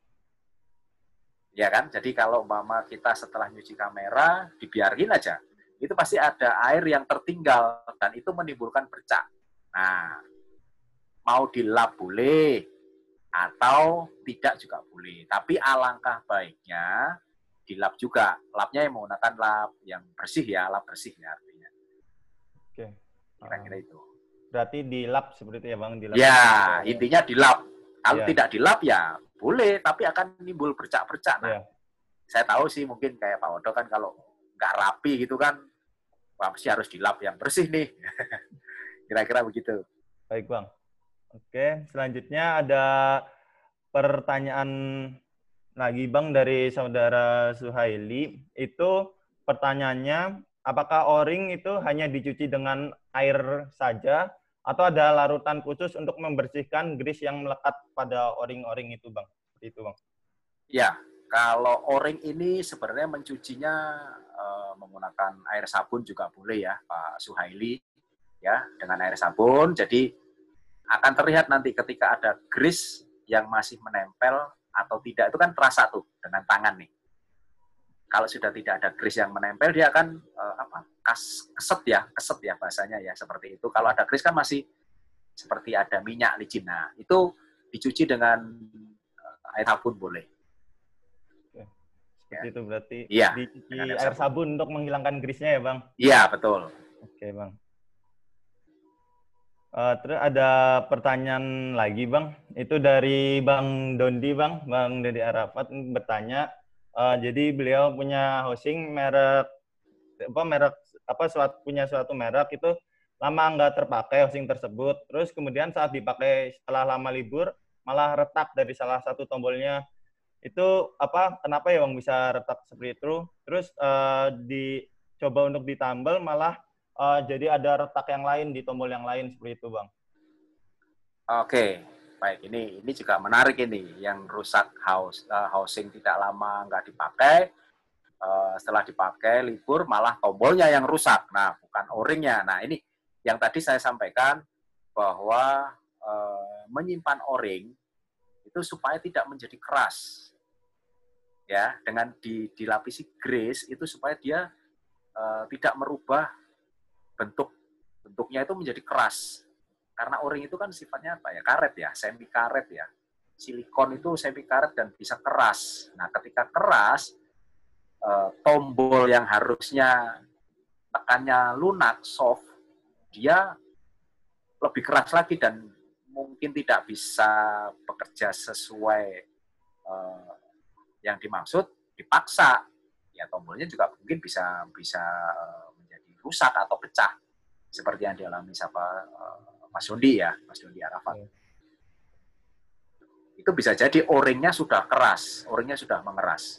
Ya kan? Jadi kalau umpama kita setelah nyuci kamera, dibiarin aja, itu pasti ada air yang tertinggal dan itu menimbulkan bercak. Nah, mau dilap boleh atau tidak juga boleh. Tapi alangkah baiknya dilap juga. Lapnya yang menggunakan lap yang bersih ya, lap bersih ya artinya. Oke. Kira-kira itu. Berarti dilap seperti itu ya Bang? Dilap ya, intinya dilap. Kalau tidak dilap ya boleh, tapi akan nimbul bercak-bercak. Nah, saya tahu sih mungkin kayak Pak Odo kan kalau nggak rapi gitu kan, pasti harus dilap yang bersih nih. Kira-kira begitu. Baik Bang. Oke, selanjutnya ada pertanyaan lagi Bang dari saudara Suhaili. Itu pertanyaannya, apakah o-ring itu hanya dicuci dengan air saja atau ada larutan khusus untuk membersihkan grease yang melekat pada o-ring itu Bang? Seperti itu Bang. Ya, kalau o-ring ini sebenarnya mencucinya menggunakan air sabun juga boleh ya Pak Suhaili. Ya, dengan air sabun. Jadi akan terlihat nanti ketika ada grease yang masih menempel atau tidak, itu kan terasa tuh dengan tangan nih. Kalau sudah tidak ada grease yang menempel, dia akan keset ya bahasanya ya, seperti itu. Kalau ada grease kan masih seperti ada minyak licin. Nah, itu dicuci dengan air sabun boleh. Oke. Seperti itu berarti dicuci air sabun untuk menghilangkan grease-nya ya Bang? Iya, betul. Oke Bang. Terus ada pertanyaan lagi Bang, itu dari Bang Dondi Bang Dondi Arafat bertanya, jadi beliau punya housing punya suatu merek itu lama nggak terpakai housing tersebut, terus kemudian saat dipakai setelah lama libur malah retak dari salah satu tombolnya, itu kenapa ya Bang bisa retak seperti itu, terus dicoba untuk ditambal malah jadi ada retak yang lain di tombol yang lain seperti itu Bang. Oke, baik. Ini juga menarik ini, yang rusak housing tidak lama nggak dipakai, setelah dipakai libur malah tombolnya yang rusak. Nah, bukan o-ringnya. Nah, ini yang tadi saya sampaikan bahwa menyimpan o-ring itu supaya tidak menjadi keras. Ya, dengan dilapisi grease itu supaya dia tidak merubah bentuknya itu menjadi keras. Karena o-ring itu kan sifatnya karet ya, semi karet ya. Silikon itu semi karet dan bisa keras. Nah, ketika keras, tombol yang harusnya tekannya lunak, soft, dia lebih keras lagi dan mungkin tidak bisa bekerja sesuai yang dimaksud dipaksa, ya tombolnya juga mungkin bisa menjadi rusak atau pecah seperti yang dialami Mas Dondi ya, Mas Dondi Arafat. Itu bisa jadi o-ringnya sudah keras, o-ringnya sudah mengeras.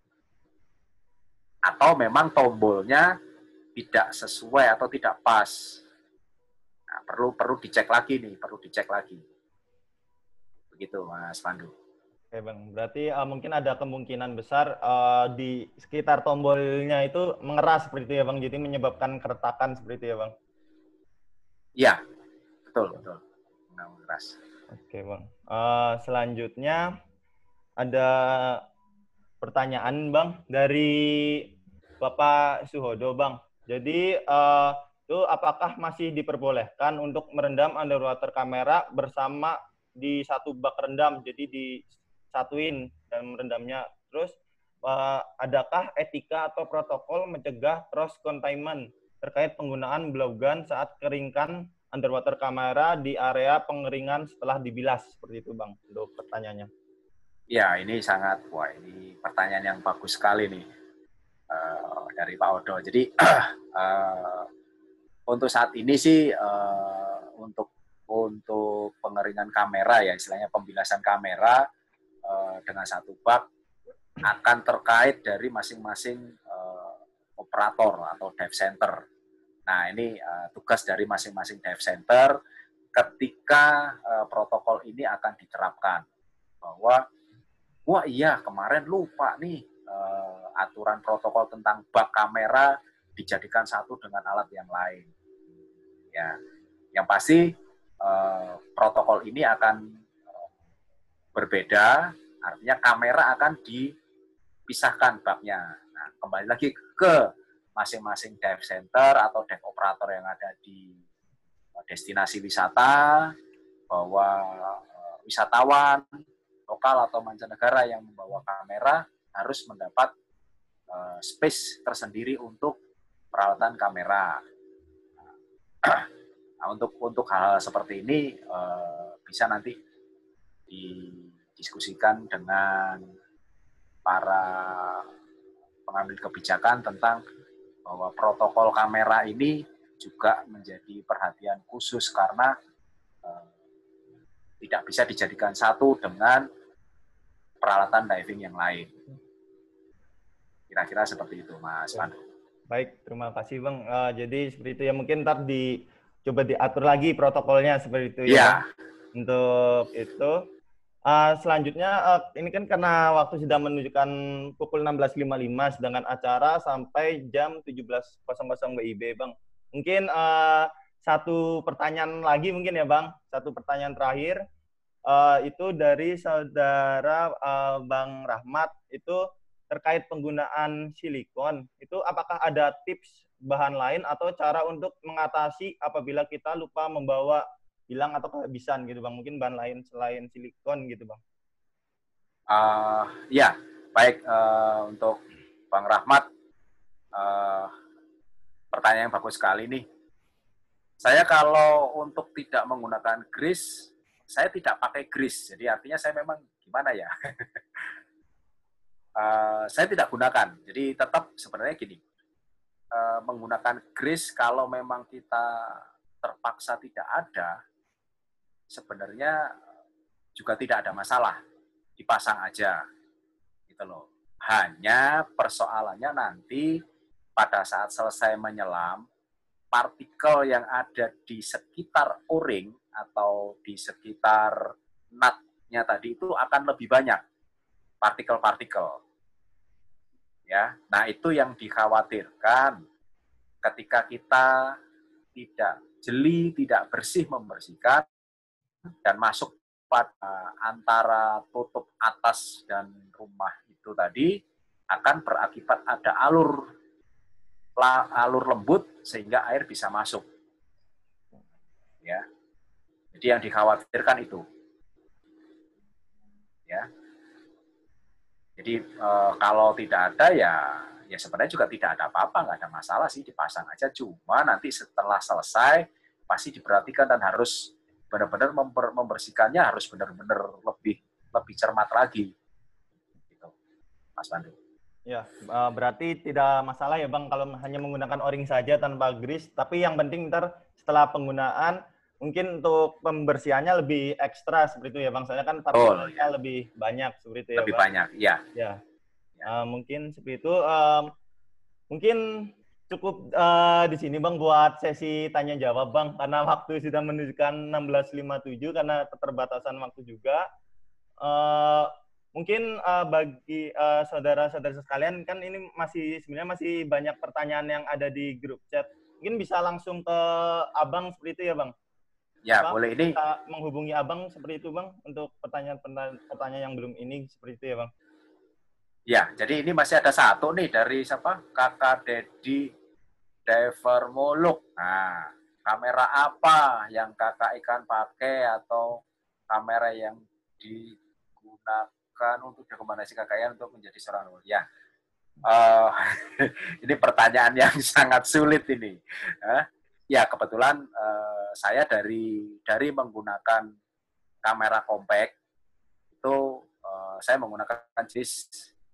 Atau memang tombolnya tidak sesuai atau tidak pas. Nah, perlu dicek lagi nih, perlu dicek lagi. Begitu Mas Pandu. Oke Bang, berarti mungkin ada kemungkinan besar di sekitar tombolnya itu mengeras seperti itu ya Bang, jadi menyebabkan keretakan seperti itu ya Bang? Iya, betul. Mengeras. Oke Bang, selanjutnya ada pertanyaan Bang dari Bapak Suhodo Bang. Jadi itu apakah masih diperbolehkan untuk merendam underwater kamera bersama di satu bak rendam, jadi disatuin dan merendamnya. Terus adakah etika atau protokol mencegah cross containment terkait penggunaan blowgun saat keringkan underwater kamera di area pengeringan setelah dibilas, seperti itu Bang untuk pertanyaannya. Ya, ini ini pertanyaan yang bagus sekali nih dari Pak Odo. Jadi untuk saat ini sih untuk pengeringan kamera ya, istilahnya pembilasan kamera dengan satu bak akan terkait dari masing-masing operator atau dive center. Nah, ini tugas dari masing-masing dive center ketika protokol ini akan diterapkan. Bahwa, wah iya kemarin lupa nih aturan protokol tentang bak kamera dijadikan satu dengan alat yang lain. Ya, yang pasti protokol ini akan berbeda, artinya kamera akan dipisahkan baknya. Nah, kembali lagi ke masing-masing dive center atau dive operator yang ada di destinasi wisata, bahwa wisatawan lokal atau mancanegara yang membawa kamera harus mendapat space tersendiri untuk peralatan kamera. Nah, untuk hal-hal seperti ini bisa nanti didiskusikan dengan para pengambil kebijakan tentang bahwa protokol kamera ini juga menjadi perhatian khusus karena tidak bisa dijadikan satu dengan peralatan diving yang lain. Kira-kira seperti itu, Mas Pandu. Baik, terima kasih Bang. Jadi seperti itu ya, mungkin ntar coba diatur lagi protokolnya seperti itu ya. Untuk itu. Selanjutnya, ini kan karena waktu sudah menunjukkan pukul 16.55, sedangkan acara sampai jam 17.00 WIB, Bang. Mungkin satu pertanyaan lagi mungkin ya, Bang. Satu pertanyaan terakhir. Itu dari saudara Bang Rahmat, itu terkait penggunaan silikon. Itu apakah ada tips bahan lain atau cara untuk mengatasi apabila kita lupa membawa bilang atau kehabisan gitu Bang, mungkin bahan lain selain silikon gitu Bang. Ya, baik untuk Bang Rahmat, pertanyaan yang bagus sekali nih. Saya kalau untuk tidak menggunakan grease, saya tidak pakai grease, jadi artinya saya memang gimana ya? Saya tidak gunakan, jadi tetap sebenarnya gini, menggunakan grease kalau memang kita terpaksa tidak ada, sebenarnya juga tidak ada masalah, dipasang aja, gitu loh. Hanya persoalannya nanti pada saat selesai menyelam, partikel yang ada di sekitar o-ring atau di sekitar nutnya tadi itu akan lebih banyak partikel-partikel. Ya, nah itu yang dikhawatirkan ketika kita tidak jeli, tidak bersih membersihkan, dan masuk pada antara tutup atas dan rumah itu tadi akan berakibat ada alur lembut sehingga air bisa masuk. Ya. Jadi yang dikhawatirkan itu. Ya. Jadi kalau tidak ada ya sebenarnya juga tidak ada apa-apa, nggak ada masalah sih, dipasang aja. Cuma nanti setelah selesai pasti diperhatikan dan harus benar-benar membersihkannya harus benar-benar lebih cermat lagi. Mas Pandu. Ya, berarti tidak masalah ya Bang kalau hanya menggunakan o-ring saja tanpa grease. Tapi yang penting ntar setelah penggunaan mungkin untuk pembersihannya lebih ekstra seperti itu ya Bang. Soalnya kan partikelnya lebih banyak seperti itu ya lebih Bang. Banyak, iya. Ya. Mungkin seperti itu. Mungkin cukup di sini Bang buat sesi tanya jawab Bang. Karena waktu sudah menunjukkan 16.57 karena keterbatasan waktu juga. Mungkin bagi saudara-saudara sekalian kan ini sebenarnya masih banyak pertanyaan yang ada di grup chat. Mungkin bisa langsung ke Abang seperti itu ya Bang? Ya, Bang, boleh ini. Bisa menghubungi Abang seperti itu Bang untuk pertanyaan yang belum ini seperti itu ya Bang? Ya, jadi ini masih ada satu nih dari siapa? Kakak Dedi Devermuluk. Nah, kamera apa yang Kakak Ikan pakai atau kamera yang digunakan untuk dokumentasi KKN untuk menjadi seorang ya. Ini pertanyaan yang sangat sulit ini. Ya kebetulan saya dari menggunakan kamera compact itu saya menggunakan jenis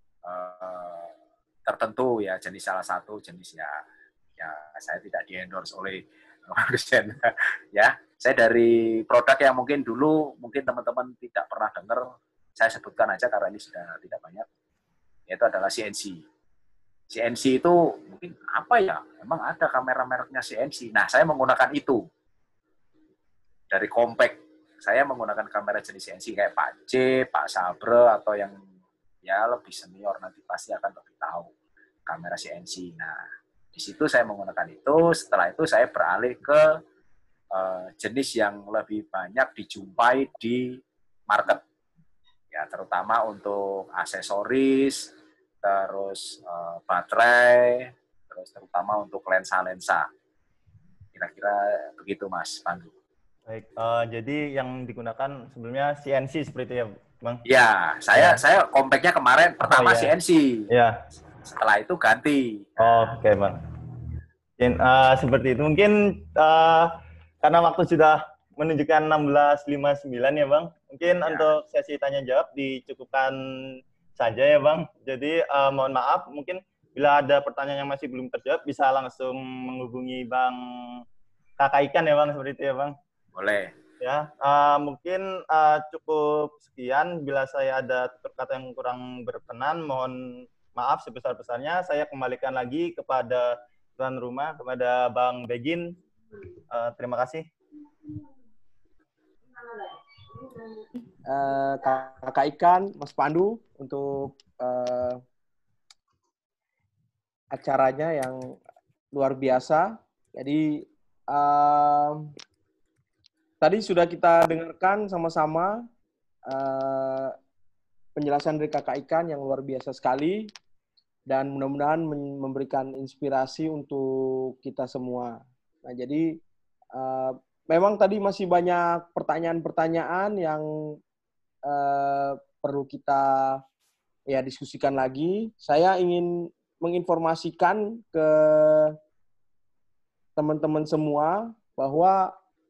tertentu ya, jenis salah satu jenis ya saya tidak di-endorse oleh ya. Saya dari produk yang mungkin dulu teman-teman tidak pernah dengar, saya sebutkan aja karena ini sudah tidak banyak, yaitu adalah CNC. CNC itu mungkin apa ya? Memang ada kamera mereknya CNC. Nah, saya menggunakan itu. Dari compact, saya menggunakan kamera jenis CNC kayak Pak J, Pak Sabre, atau yang ya lebih senior nanti pasti akan lebih tahu kamera CNC. Nah, di situ saya menggunakan itu. Setelah itu saya beralih ke jenis yang lebih banyak dijumpai di market. Ya, terutama untuk aksesoris, terus baterai, terus terutama untuk lensa-lensa. Kira-kira begitu Mas Pandu. Baik, jadi yang digunakan sebelumnya CNC seperti itu ya Bang? Ya, saya compactnya kemarin pertama CNC. Ya. Setelah itu ganti. Oke Bang. Seperti itu mungkin karena waktu sudah menunjukkan 16.59 ya Bang. Mungkin untuk sesi tanya jawab dicukupkan saja ya Bang. Jadi mohon maaf mungkin bila ada pertanyaan yang masih belum terjawab bisa langsung menghubungi Bang Kakak Ikan ya Bang, seperti itu ya Bang. Boleh. Ya, mungkin cukup sekian. Bila saya ada tutur kata yang kurang berkenan, mohon maaf sebesar-besarnya. Saya kembalikan lagi kepada tuan rumah, kepada Bang Begin. Terima kasih. Kakak Ikan, Mas Pandu untuk acaranya yang luar biasa. Jadi tadi sudah kita dengarkan sama-sama penjelasan dari Kakak Ikan yang luar biasa sekali dan mudah-mudahan memberikan inspirasi untuk kita semua. Nah, jadi memang tadi masih banyak pertanyaan-pertanyaan yang perlu kita diskusikan lagi. Saya ingin menginformasikan ke teman-teman semua bahwa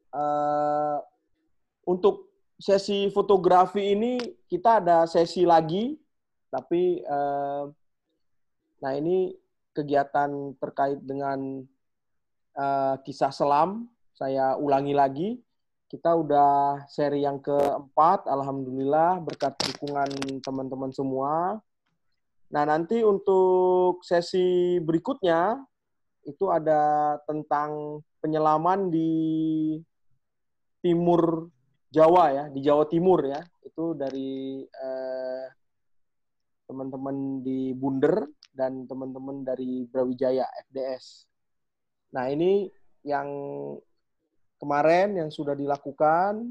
untuk sesi fotografi ini kita ada sesi lagi, tapi nah ini kegiatan terkait dengan kisah selam. Saya ulangi lagi, kita udah seri yang keempat, alhamdulillah berkat dukungan teman-teman semua. Nah nanti untuk sesi berikutnya itu ada tentang penyelaman di Timur Jawa ya, di Jawa Timur ya, itu dari teman-teman di Bunder dan teman-teman dari Brawijaya FDS. Nah ini yang kemarin yang sudah dilakukan.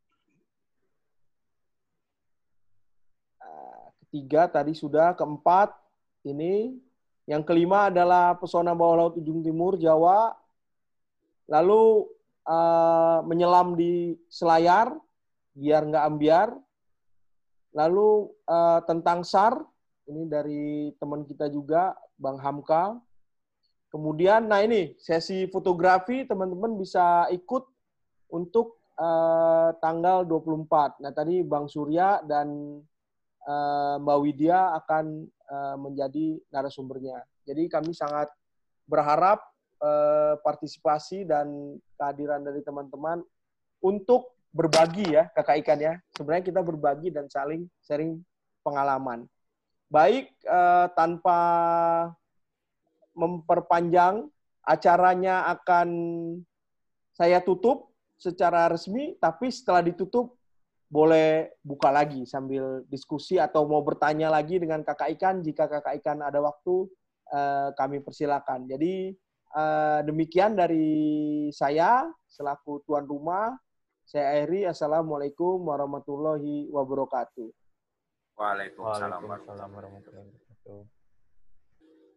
Ketiga tadi sudah, keempat ini, yang kelima adalah pesona bawah laut ujung timur Jawa. Lalu menyelam di Selayar biar nggak ambiar. Lalu tentang SAR, ini dari teman kita juga, Bang Hamka. Kemudian, nah ini sesi fotografi teman-teman bisa ikut untuk tanggal 24. Nah tadi Bang Surya dan Mbak Widya akan menjadi narasumbernya. Jadi kami sangat berharap partisipasi dan kehadiran dari teman-teman untuk berbagi ya, Kakak Ikan ya. Sebenarnya kita berbagi dan saling sharing pengalaman. Baik, tanpa memperpanjang, acaranya akan saya tutup secara resmi, tapi setelah ditutup boleh buka lagi sambil diskusi atau mau bertanya lagi dengan Kakak Ikan. Jika Kakak Ikan ada waktu, kami persilakan. Jadi demikian dari saya selaku tuan rumah. Saya Eri. Assalamualaikum warahmatullahi wabarakatuh. Waalaikumsalam Waalaikumsalam warahmatullahi wabarakatuh.